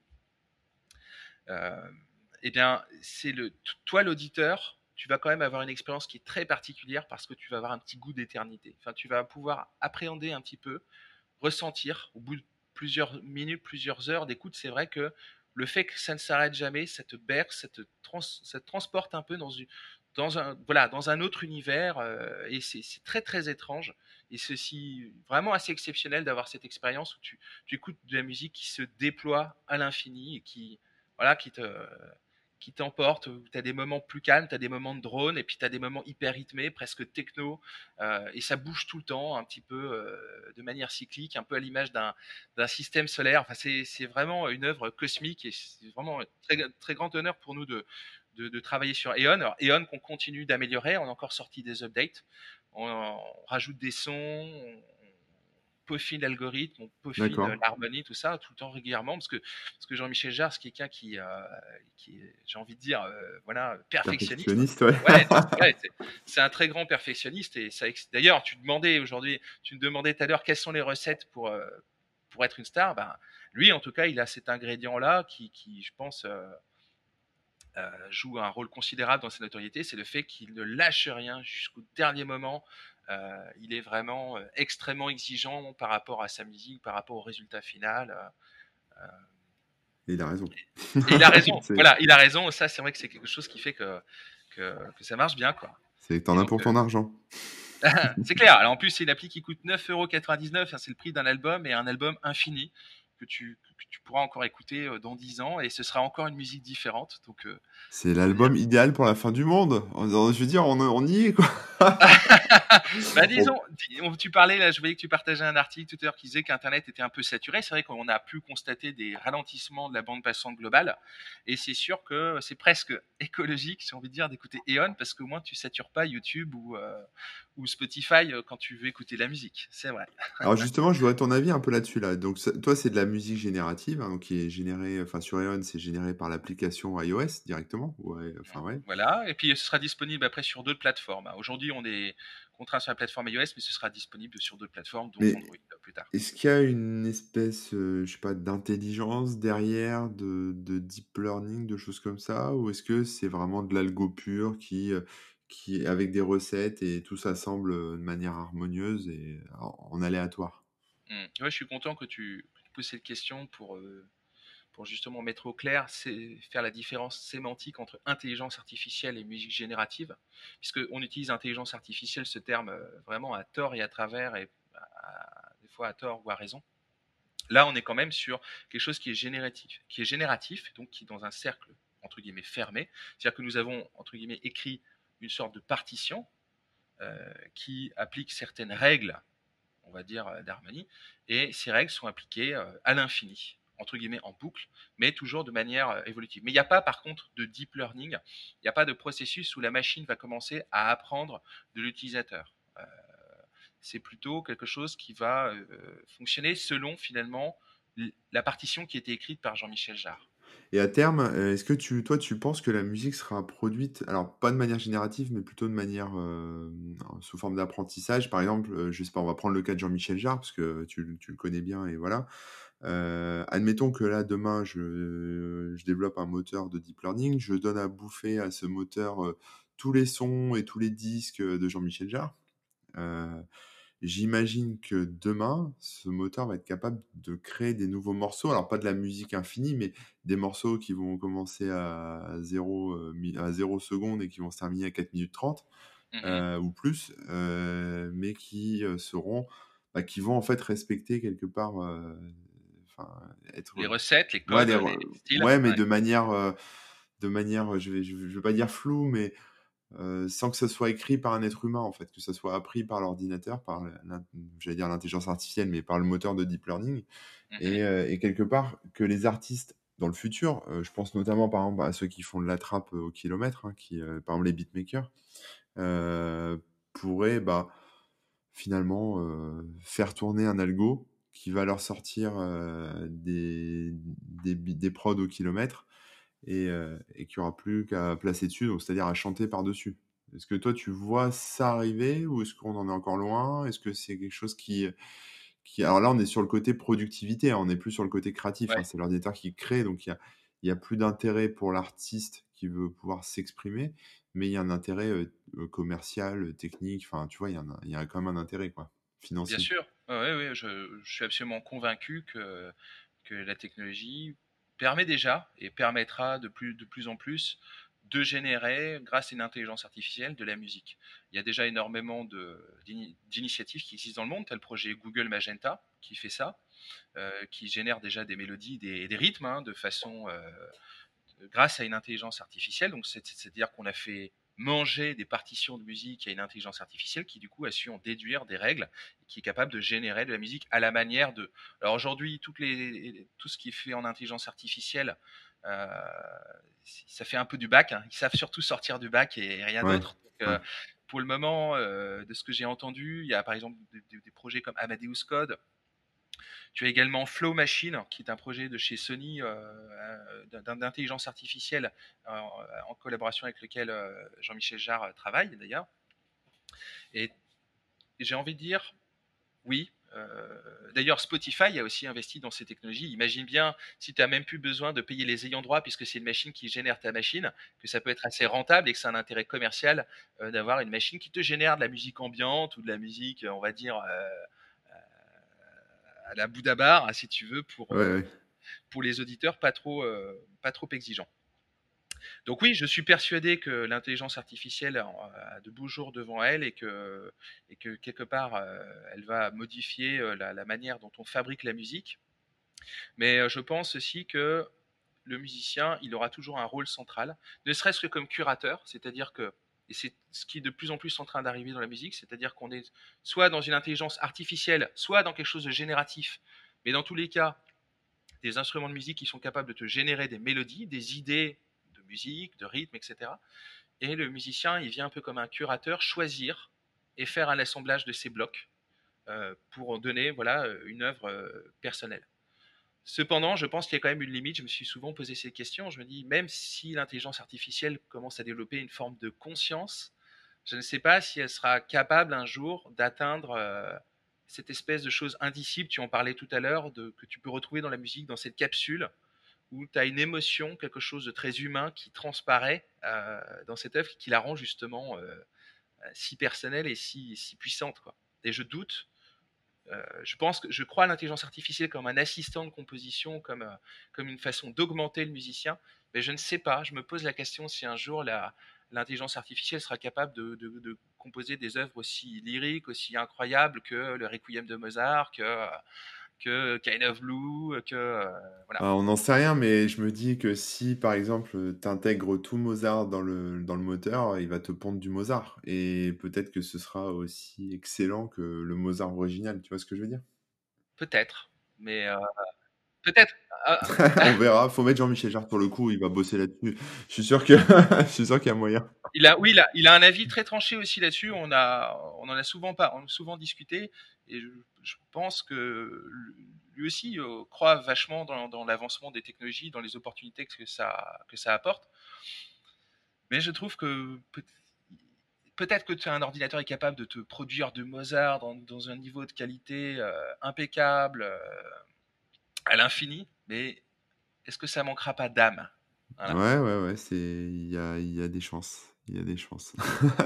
Euh, eh bien, c'est le, toi, l'auditeur, tu vas quand même avoir une expérience qui est très particulière parce que tu vas avoir un petit goût d'éternité. Enfin, tu vas pouvoir appréhender un petit peu, ressentir au bout de plusieurs minutes, plusieurs heures d'écoute. C'est vrai que le fait que ça ne s'arrête jamais, ça te berce, ça te, trans, ça te transporte un peu dans, une, dans, un, voilà, dans un autre univers euh, et c'est très très étrange. Et c'est aussi vraiment assez exceptionnel d'avoir cette expérience où tu, tu écoutes de la musique qui se déploie à l'infini et qui, voilà, qui te, qui t'emporte. Tu as des moments plus calmes, tu as des moments de drone, et puis tu as des moments hyper rythmés, presque techno, euh, et ça bouge tout le temps, un petit peu euh, de manière cyclique, un peu à l'image d'un système solaire. Enfin, c'est vraiment une œuvre cosmique, et c'est vraiment un très, très grand honneur pour nous de, de, de travailler sur Eon. Alors, Eon qu'on continue d'améliorer, on a encore sorti des updates, on, on rajoute des sons, on, peaufine l'algorithme, on peaufine D'accord. l'harmonie, tout ça, tout le temps régulièrement, parce que, parce que Jean-Michel Jarre, c'est quelqu'un qui, euh, qui est, j'ai envie de dire, euh, voilà, perfectionniste. Perfectionniste, ouais. Ouais, ouais c'est un très grand perfectionniste. Et ça, d'ailleurs, tu demandais aujourd'hui, tu me demandais tout à l'heure quelles sont les recettes pour, euh, pour être une star. Ben, lui, en tout cas, il a cet ingrédient-là qui, qui, je pense, euh, euh, joue un rôle considérable dans sa notoriété, c'est le fait qu'il ne lâche rien jusqu'au dernier moment. Euh, il est vraiment euh, extrêmement exigeant par rapport à sa musique, par rapport au résultat final. Euh, Et il a raison. et il a raison. c'est Voilà, il a raison. Ça, c'est vrai que c'est quelque chose qui fait que, que, que ça marche bien, quoi. c'est que t'en Et as donc, pour ton argent. euh, c'est clair. Alors, en plus, c'est une appli qui coûte neuf euros quatre-vingt-dix-neuf. Hein, c'est le prix d'un album et un album infini que tu, que tu pourras encore écouter euh, dans dix ans et ce sera encore une musique différente. Donc, euh, C'est ça veut dire l'album idéal pour la fin du monde. On- on- Je veux dire, on, on y est, quoi. bah On- disons, tu parlais là, je voyais que tu partageais un article tout à l'heure qui disait qu'Internet était un peu saturé. C'est vrai qu'on a pu constater des ralentissements de la bande passante globale, et c'est sûr que c'est presque écologique, j'ai envie de dire, d'écouter Eon parce qu'au moins tu satures pas YouTube ou euh, ou Spotify euh, quand tu veux écouter de la musique. C'est vrai. Alors justement, je voudrais ton avis un peu là-dessus, là. Donc ça- toi, c'est de la musique générative, hein, donc qui est générée, enfin sur Eon, c'est généré par l'application iOS directement. Ouais, enfin ouais. Voilà, et puis ce sera disponible après sur d'autres plateformes. Aujourd'hui, on est contraint sur la plateforme iOS, mais ce sera disponible sur d'autres plateformes, dont Mais Android plus tard. est-ce qu'il y a une espèce, euh, je sais pas, d'intelligence derrière, de, de deep learning, de choses comme ça, ou est-ce que c'est vraiment de l'algo pur qui, euh, qui, avec des recettes et tout ça semble euh, de manière harmonieuse et en, en aléatoire? Mm. Ouais, je suis content que tu, que tu poses cette question pour, euh, pour justement mettre au clair, c'est faire la différence sémantique entre intelligence artificielle et musique générative, puisqu'on utilise intelligence artificielle, ce terme, euh, vraiment à tort et à travers, et à- des fois à tort ou à raison. Là, on est quand même sur quelque chose qui est génératif, qui est génératif, donc qui est dans un cercle entre guillemets fermé. C'est-à-dire que nous avons entre guillemets écrit une sorte de partition euh, qui applique certaines règles, on va dire, euh, d'harmonie, et ces règles sont appliquées euh, à l'infini, entre guillemets en boucle, mais toujours de manière euh, évolutive. Mais il n'y a pas par contre de deep learning, il n'y a pas de processus où la machine va commencer à apprendre de l'utilisateur. Euh, c'est plutôt quelque chose qui va euh, fonctionner selon finalement la partition qui a été écrite par Jean-Michel Jarre. Et à terme, euh, est-ce que tu, toi, tu penses que la musique sera produite, alors pas de manière générative, mais plutôt de manière euh, sous forme d'apprentissage? Par exemple, euh, je sais pas, on va prendre le cas de Jean-Michel Jarre, parce que tu, tu le connais bien, et voilà. Euh, admettons que là, demain, je, je développe un moteur de deep learning, je donne à bouffer à ce moteur euh, tous les sons et tous les disques de Jean-Michel Jarre. Euh, J'imagine que demain, ce moteur va être capable de créer des nouveaux morceaux. Alors, pas de la musique infinie, mais des morceaux qui vont commencer à zéro, euh, mi- à zéro secondes et qui vont se terminer à quatre minutes trente Mhm. euh, ou plus, euh, mais qui euh, seront, bah, qui vont en fait respecter quelque part, euh, enfin, Les être, recettes, les ouais, codes, des les re- styles. ouais, mais Ouais. de manière, euh, de manière, je vais, je, je vais pas dire floue, mais euh, sans que ce soit écrit par un être humain, en fait, que ça soit appris par l'ordinateur, par, l'in- j'allais dire l'intelligence artificielle, mais par le moteur de deep learning, Mhm. et, euh, et quelque part que les artistes dans le futur, euh, je pense notamment par exemple à ceux qui font de la trappe au kilomètre, hein, qui, euh, par exemple les beatmakers, euh, pourraient bah, finalement euh, faire tourner un algo qui va leur sortir euh, des, des, bi- des prods au kilomètre et, euh, et qu'il n'y aura plus qu'à placer dessus, donc c'est-à-dire à chanter par-dessus. Est-ce que toi, tu vois ça arriver ou est-ce qu'on en est encore loin? Est-ce que c'est quelque chose qui, qui... Alors là, on est sur le côté productivité, hein, on n'est plus sur le côté créatif, hein, Ouais. c'est l'ordinateur qui crée, donc il y a, il y a plus d'intérêt pour l'artiste qui veut pouvoir s'exprimer, mais il y a un intérêt euh, euh, commercial, euh, technique, enfin, tu vois, il y, a un- il y a quand même un intérêt, quoi, Bien financier. sûr, ouais, ouais, ouais, je, je suis absolument convaincu que, que la technologie permet déjà et permettra de plus, de plus en plus de générer, grâce à une intelligence artificielle, de la musique. Il y a déjà énormément de- d'ini- d'initiatives qui existent dans le monde, tel le projet Google Magenta qui fait ça, euh, qui génère déjà des mélodies, des, des rythmes, hein, de façon euh, grâce à une intelligence artificielle. Donc, c'est- c'est-à-dire qu'on a fait manger des partitions de musique à une intelligence artificielle qui, du coup, a su en déduire des règles et qui est capable de générer de la musique à la manière de. Alors, aujourd'hui, toutes les, tout ce qui est fait en intelligence artificielle, euh, ça fait un peu du bac, hein. Ils savent surtout sortir du bac et rien Ouais, d'autre. Donc, ouais. euh, pour le moment, euh, de ce que j'ai entendu, il y a par exemple des, des- des projets comme Amadeus Code. Tu as également Flow Machine, qui est un projet de chez Sony euh, euh, d'intelligence artificielle euh, en collaboration avec lequel euh, Jean-Michel Jarre travaille d'ailleurs. Et j'ai envie de dire, oui. Euh, D'ailleurs, Spotify a aussi investi dans ces technologies. Imagine bien si tu n'as même plus besoin de payer les ayants droit puisque c'est une machine qui génère ta machine, que ça peut être assez rentable et que c'est un intérêt commercial euh, d'avoir une machine qui te génère de la musique ambiante ou de la musique, on va dire, euh, à la Bouddha Bar, si tu veux, pour, Ouais, euh, ouais. pour les auditeurs pas trop, euh, pas trop exigeants. Donc oui, je suis persuadé que l'intelligence artificielle a de beaux jours devant elle et que, et que quelque part, euh, elle va modifier euh, la, la manière dont on fabrique la musique. Mais euh, je pense aussi que le musicien, il aura toujours un rôle central, ne serait-ce que comme curateur, c'est-à-dire que, et c'est ce qui est de plus en plus en train d'arriver dans la musique, c'est-à-dire qu'on est soit dans une intelligence artificielle, soit dans quelque chose de génératif, mais dans tous les cas, des instruments de musique qui sont capables de te générer des mélodies, des idées de musique, de rythme, et cetera. Et le musicien, il vient un peu comme un curateur choisir et faire un assemblage de ces blocs euh, pour donner voilà, une œuvre euh, personnelle. Cependant, je pense qu'il y a quand même une limite. Je me suis souvent posé ces questions. Je me dis, même si l'intelligence artificielle commence à développer une forme de conscience, je ne sais pas si elle sera capable un jour d'atteindre euh, cette espèce de chose indicible, tu en parlais tout à l'heure, de, que tu peux retrouver dans la musique, dans cette capsule, où tu as une émotion, quelque chose de très humain qui transparaît euh, dans cette œuvre, qui la rend justement euh, si personnelle et si, si puissante, quoi. Et je doute, Euh, je pense que je crois à l'intelligence artificielle comme un assistant de composition, comme, euh, comme une façon d'augmenter le musicien, mais je ne sais pas. Je me pose la question si un jour la, l'intelligence artificielle sera capable de, de, de composer des œuvres aussi lyriques, aussi incroyables que le Requiem de Mozart, que, que Kind of Blue, que euh, voilà. Ah, on n'en sait rien, mais je me dis que si, par exemple, tu intègres tout Mozart dans le, dans le moteur, il va te pondre du Mozart. Et peut-être que ce sera aussi excellent que le Mozart original. Tu vois ce que je veux dire? Peut-être, mais euh, peut-être. Ah, On verra. Faut mettre Jean-Michel Jarre pour le coup. Il va bosser là-dessus. Je suis sûr que, je suis sûr qu'il y a moyen. Il a, oui, il a, il a un avis très tranché aussi là-dessus. On a, on en a souvent pas, on a souvent discuté, et je, je pense que lui aussi euh, croit vachement dans, dans l'avancement des technologies, dans les opportunités que ça, que ça apporte. Mais je trouve que peut- peut-être que un ordinateur est capable de te produire de Mozart dans, dans un niveau de qualité euh, impeccable euh, à l'infini, mais est-ce que ça manquera pas d'âme? Voilà. Ouais, ouais, ouais. C'est, il y a, il y a des chances. Il y a des chances.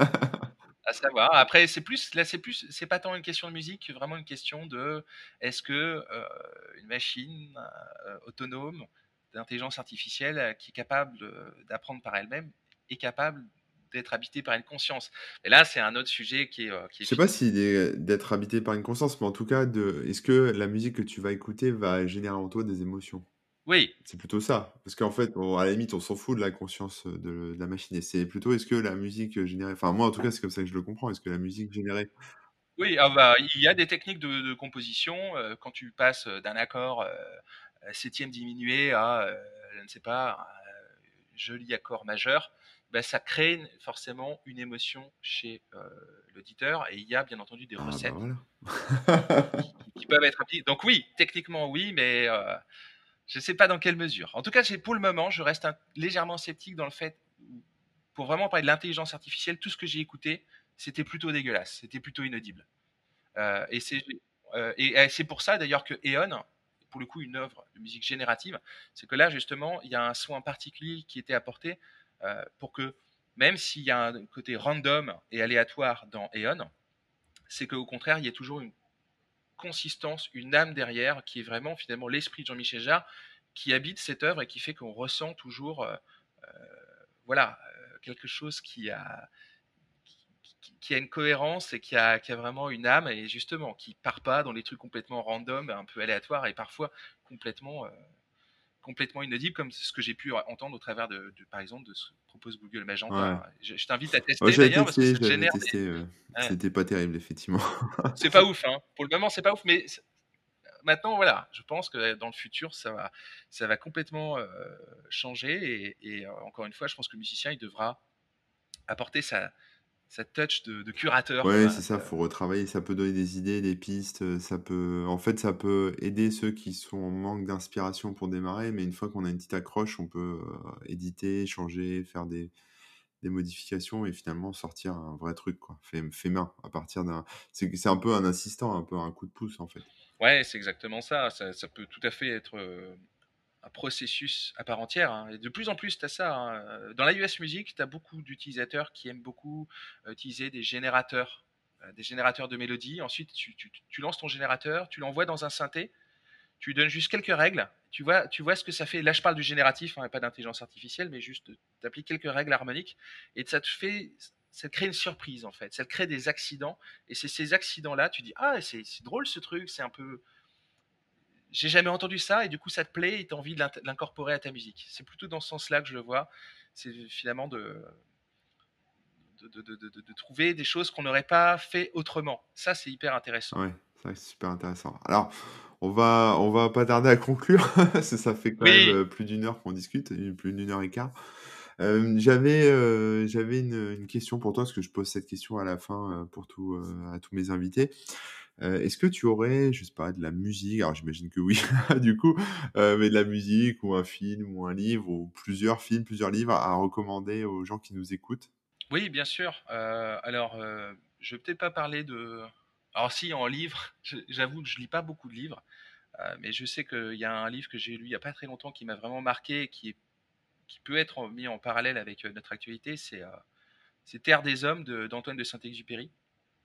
À savoir. Après, c'est plus, là, c'est plus, c'est pas tant une question de musique, que vraiment une question de, est-ce que euh, une machine euh, autonome d'intelligence artificielle euh, qui est capable de- d'apprendre par elle-même est capable d'être habitée par une conscience. Et là, c'est un autre sujet qui est, euh, qui est Je sais pas philosophique. s'il est d'être habité par une conscience, mais en tout cas, de, est-ce que la musique que tu vas écouter va générer en toi des émotions? Oui, C'est plutôt ça. Parce qu'en fait, on- à la limite, on s'en fout de la conscience euh, de, de la machine. Et c'est plutôt, est-ce que la musique euh, générée. Enfin, moi, en tout cas, c'est comme ça que je le comprends. Est-ce que la musique générée. oui, ah bah, il y a des techniques de, de composition euh, quand tu passes d'un accord euh, septième diminué à, euh, je ne sais pas, un joli accord majeur, bah, ça crée forcément une émotion chez euh, l'auditeur, et il y a bien entendu des Ah, bah recettes voilà. qui, qui peuvent être appliquées. Donc oui, techniquement oui, mais euh, je ne sais pas dans quelle mesure. En tout cas, pour le moment, je reste un, légèrement sceptique dans le fait, pour vraiment parler de l'intelligence artificielle, tout ce que j'ai écouté, c'était plutôt dégueulasse, c'était plutôt inaudible. Euh, et c'est euh, et, et c'est pour ça d'ailleurs que Eon, pour le coup une œuvre de musique générative, c'est que là justement il y a un soin particulier qui était apporté euh, pour que même s'il y a un côté random et aléatoire dans Eon, c'est qu'au contraire il y a toujours une consistance, une âme derrière qui est vraiment finalement l'esprit de Jean-Michel Jarre qui habite cette œuvre et qui fait qu'on ressent toujours euh, euh, voilà euh, quelque chose qui a qui, qui a une cohérence et qui a, qui a vraiment une âme, et justement qui part pas dans les trucs complètement random, un peu aléatoires et parfois complètement, euh, complètement inaudibles, comme ce que j'ai pu entendre au travers de, de par exemple, de ce que propose Google Ouais. Magenta. Je, je t'invite à Ouais, tester j'avais d'ailleurs parce que testé, ça te j'avais génère testé. euh, des. Ouais. C'était pas terrible, effectivement. C'est pas ouf, hein. Pour le moment, c'est pas ouf, mais maintenant, voilà, je pense que dans le futur, ça va, ça va complètement euh, changer. Et, et euh, encore une fois, je pense que le musicien, il devra apporter sa, sa touch de, de curateur, Ouais, quoi. c'est ça, faut retravailler, ça peut donner des idées, des pistes, heu, ça peut en fait, ça peut aider ceux qui sont en manque d'inspiration pour démarrer, mais une fois qu'on a une petite accroche, on peut, heu, éditer, changer, faire des des modifications et finalement sortir un vrai truc, quoi, fait fait main à partir d'un c'est c'est un peu un assistant, un peu un coup de pouce, en fait. Ouais, c'est exactement ça. Ça. Ça peut tout à fait être euh, un processus à part entière, hein. Et de plus en plus, tu as ça, hein. Dans l'i o s Music, tu as beaucoup d'utilisateurs qui aiment beaucoup euh, utiliser des générateurs, euh, des générateurs de mélodies. Ensuite, tu, tu- tu lances ton générateur, tu l'envoies dans un synthé, tu lui donnes juste quelques règles, tu vois, tu vois ce que ça fait. Là, je parle du génératif, hein, et pas d'intelligence artificielle, mais juste d'appliquer quelques règles harmoniques, et ça te fait, ça te crée une surprise en fait. Ça te crée des accidents, et c'est ces accidents-là, tu dis ah c'est c'est drôle ce truc, c'est un peu, j'ai jamais entendu ça, et du coup ça te plaît et tu as envie de l'incorporer à ta musique. C'est plutôt dans ce sens-là que je le vois. C'est finalement de, de, de, de, de, de trouver des choses qu'on n'aurait pas fait autrement. Ça, c'est hyper intéressant. Ouais, c'est vrai que c'est super intéressant. Alors, on va on va pas tarder à conclure, parce que ça fait quand même, Oui, heu, plus d'une heure qu'on discute, une plus d'une heure et quart. Hem, j'avais, heu, j'avais une, une question pour toi, parce que je pose cette question à la fin, heu, pour tout, heu, à tous mes invités. Heu, est-ce que tu aurais, je sais pas, de la musique, alors j'imagine que oui, du coup, heu, mais de la musique ou un film ou un livre ou plusieurs films, plusieurs livres à recommander aux gens qui nous écoutent? oui, bien sûr. Euh, alors, euh, je vais peut-être pas parler de. Alors, si, en livre, je- j'avoue que je lis pas beaucoup de livres, euh, mais je sais qu'il y a un livre que j'ai lu il y a pas très longtemps qui m'a vraiment marqué, et qui est, qui peut être mis en parallèle avec euh, notre actualité. C'est euh, c'est Terre des Hommes de- d'Antoine de Saint-Exupéry.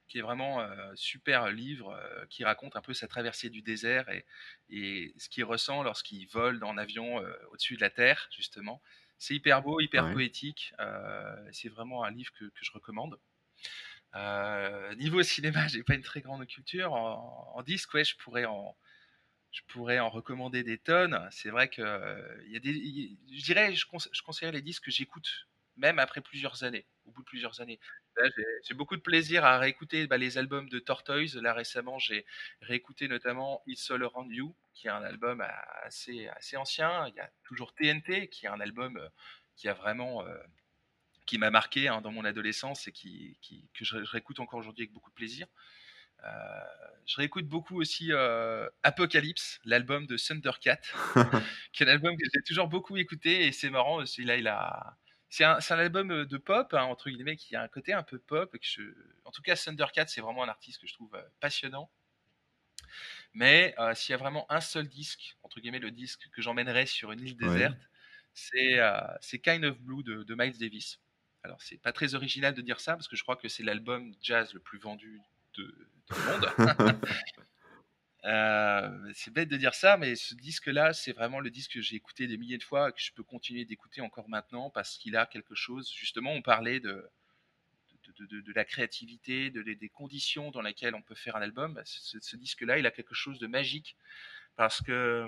qui est vraiment un super livre euh, qui raconte un peu sa traversée du désert et, et ce qu'il ressent lorsqu'il vole en avion euh, au-dessus de la Terre, justement. C'est hyper beau, hyper Ouais. poétique. euh, c'est vraiment un livre que, que je recommande. Euh, niveau cinéma, j'ai pas une très grande culture. En, en disque, ouais, je pourrais en, je pourrais en recommander des tonnes. C'est vrai que euh, il y a des, il- je dirais, je, conse- je conseillerais les disques que j'écoute même après plusieurs années, au bout de plusieurs années. Là, j'ai j'ai beaucoup de plaisir à réécouter bah, les albums de Tortoise. Là, récemment, j'ai réécouté notamment It's All Around You, qui est un album euh, assez, assez ancien. Il y a toujours T N T, qui est un album euh, qui a vraiment, euh, qui m'a marqué hein, dans mon adolescence et qui, qui- que je, je réécoute encore aujourd'hui avec beaucoup de plaisir. Euh, je réécoute beaucoup aussi euh, Apocalypse, l'album de Thundercat, qui est un album que j'ai toujours beaucoup écouté et c'est marrant, celui-là il a. C'est un, c'est un album de pop, hein, entre guillemets, qui a un côté un peu pop. Que je... En tout cas, Thundercat, c'est vraiment un artiste que je trouve euh, passionnant. Mais euh, s'il y a vraiment un seul disque, entre guillemets, le disque que j'emmènerais sur une île Ouais. déserte, c'est euh, c'est Kind of Blue de, de Miles Davis. Alors, c'est pas très original de dire ça, parce que je crois que c'est l'album jazz le plus vendu de, du monde. Euh, c'est bête de dire ça, mais ce disque-là, c'est vraiment le disque que j'ai écouté des milliers de fois et que je peux continuer d'écouter encore maintenant parce qu'il a quelque chose. Justement, on parlait de, de, de, de la créativité, de, des conditions dans lesquelles on peut faire un album. Ce, ce disque-là, il a quelque chose de magique parce que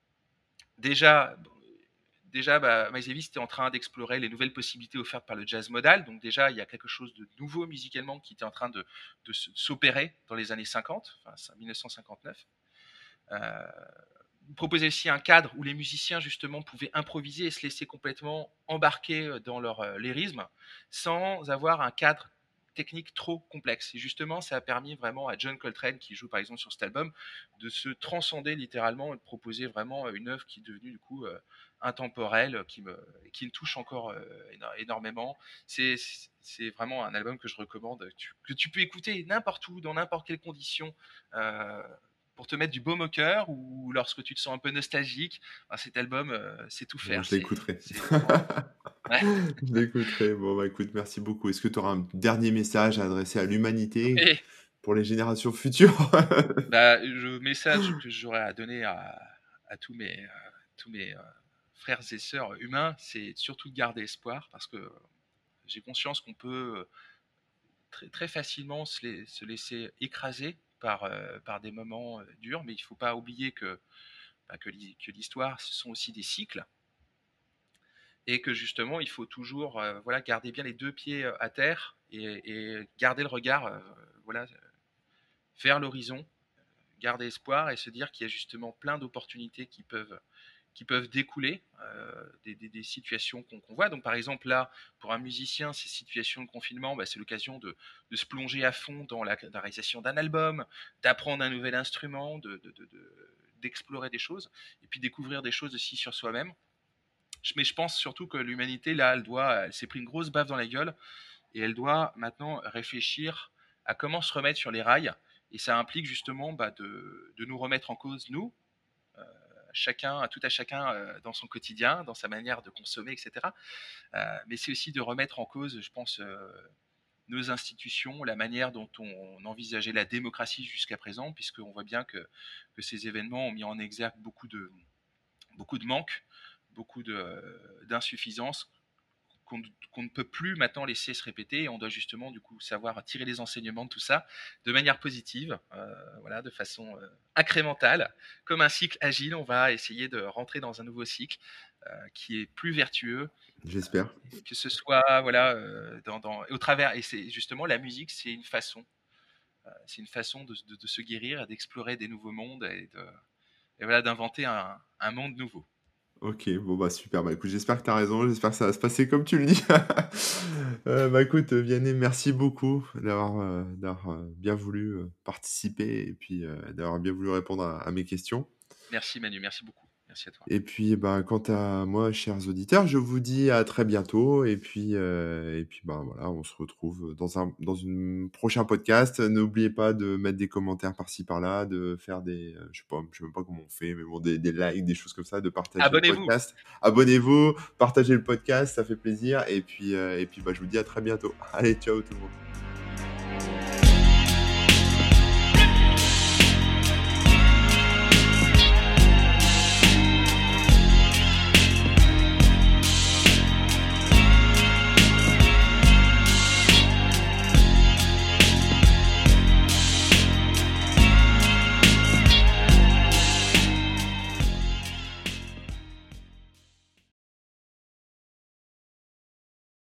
déjà, déjà bah, Miles Davis était en train d'explorer les nouvelles possibilités offertes par le jazz modal. Donc déjà, il y a quelque chose de nouveau musicalement qui était en train de, de s'opérer dans les années cinquante, enfin mille neuf cent cinquante-neuf. Euh, Proposer aussi un cadre où les musiciens justement pouvaient improviser et se laisser complètement embarquer dans leur euh, lyrisme sans avoir un cadre technique trop complexe. Et justement, ça a permis vraiment à John Coltrane, qui joue par exemple sur cet album, de se transcender littéralement et de proposer vraiment une œuvre qui est devenue du coup euh, intemporelle, qui me, qui me touche encore euh, énormément. C'est, c'est vraiment un album que je recommande, que tu, que tu peux écouter n'importe où, dans n'importe quelle condition. Euh, pour te mettre du baume au cœur ou lorsque tu te sens un peu nostalgique, ben, cet album, euh, c'est tout Bon, faire. je C'est, l'écouterai. c'est vraiment... Ouais. Je l'écouterai. Bon, bah écoute, merci beaucoup. Est-ce que tu auras un dernier message à adresser à l'humanité Oui. pour les générations futures? Bah, le message que j'aurais à donner à, à tous mes, euh, tous mes euh, frères et sœurs humains, c'est surtout de garder espoir parce que j'ai conscience qu'on peut très, très facilement se, la- se laisser écraser par, euh, par des moments euh, durs, mais il ne faut pas oublier que, bah, que l'hi- que l'histoire, ce sont aussi des cycles et que justement, il faut toujours euh, voilà, garder bien les deux pieds euh, à terre et, et garder le regard euh, voilà, vers l'horizon, garder espoir et se dire qu'il y a justement plein d'opportunités qui peuvent, qui peuvent découler euh, des, des, des, situations qu'on qu'on voit. Donc par exemple là, pour un musicien, ces situations de confinement, bah, c'est l'occasion de, de se plonger à fond dans la, la réalisation d'un album, d'apprendre un nouvel instrument, de, de, de, de, d'explorer des choses et puis découvrir des choses aussi sur soi-même. Mais je pense surtout que l'humanité, là, elle doit, elle s'est pris une grosse baffe dans la gueule et elle doit maintenant réfléchir à comment se remettre sur les rails. Et ça implique justement bah, de, de nous remettre en cause, nous, euh, chacun, tout à chacun euh, dans son quotidien, dans sa manière de consommer, et cetera. Euh, mais c'est aussi de remettre en cause, je pense, euh, nos institutions, la manière dont on envisageait la démocratie jusqu'à présent, puisqu'on voit bien que, que ces événements ont mis en exergue beaucoup de, beaucoup de manques, beaucoup d'insuffisances qu'on qu'on ne peut plus maintenant laisser se répéter et on doit justement du coup savoir tirer les enseignements de tout ça de manière positive, euh, voilà, de façon euh, incrémentale, comme un cycle agile. On va essayer de rentrer dans un nouveau cycle euh, qui est plus vertueux, J'espère. que ce soit voilà euh, dans, dans, au travers. Et c'est justement la musique, c'est une façon, euh, c'est une façon de, de, de se guérir, d'explorer des nouveaux mondes et de et voilà d'inventer un, un monde nouveau. Ok, bon bah super, bah écoute, j'espère que tu as raison, j'espère que ça va se passer comme tu le dis. Euh, bah écoute, Vianney, merci beaucoup d'avoir euh, d'avoir euh, bien voulu euh, participer et puis euh, d'avoir bien voulu répondre à, à mes questions. Merci Manu, merci beaucoup, merci à toi. Et puis, bah, quant à moi, chers auditeurs, je vous dis à très bientôt. Et puis, euh, et puis, bah, voilà, on se retrouve dans un, dans un prochain podcast. N'oubliez pas de mettre des commentaires par-ci par-là, de faire des, euh, je sais pas, je sais même pas comment on fait, mais bon, des, des likes, des choses comme ça, de partager le Abonnez-vous. podcast. Abonnez-vous, partagez le podcast, ça fait plaisir. Et puis, euh, et puis, bah, je vous dis à très bientôt. Allez, ciao tout le monde.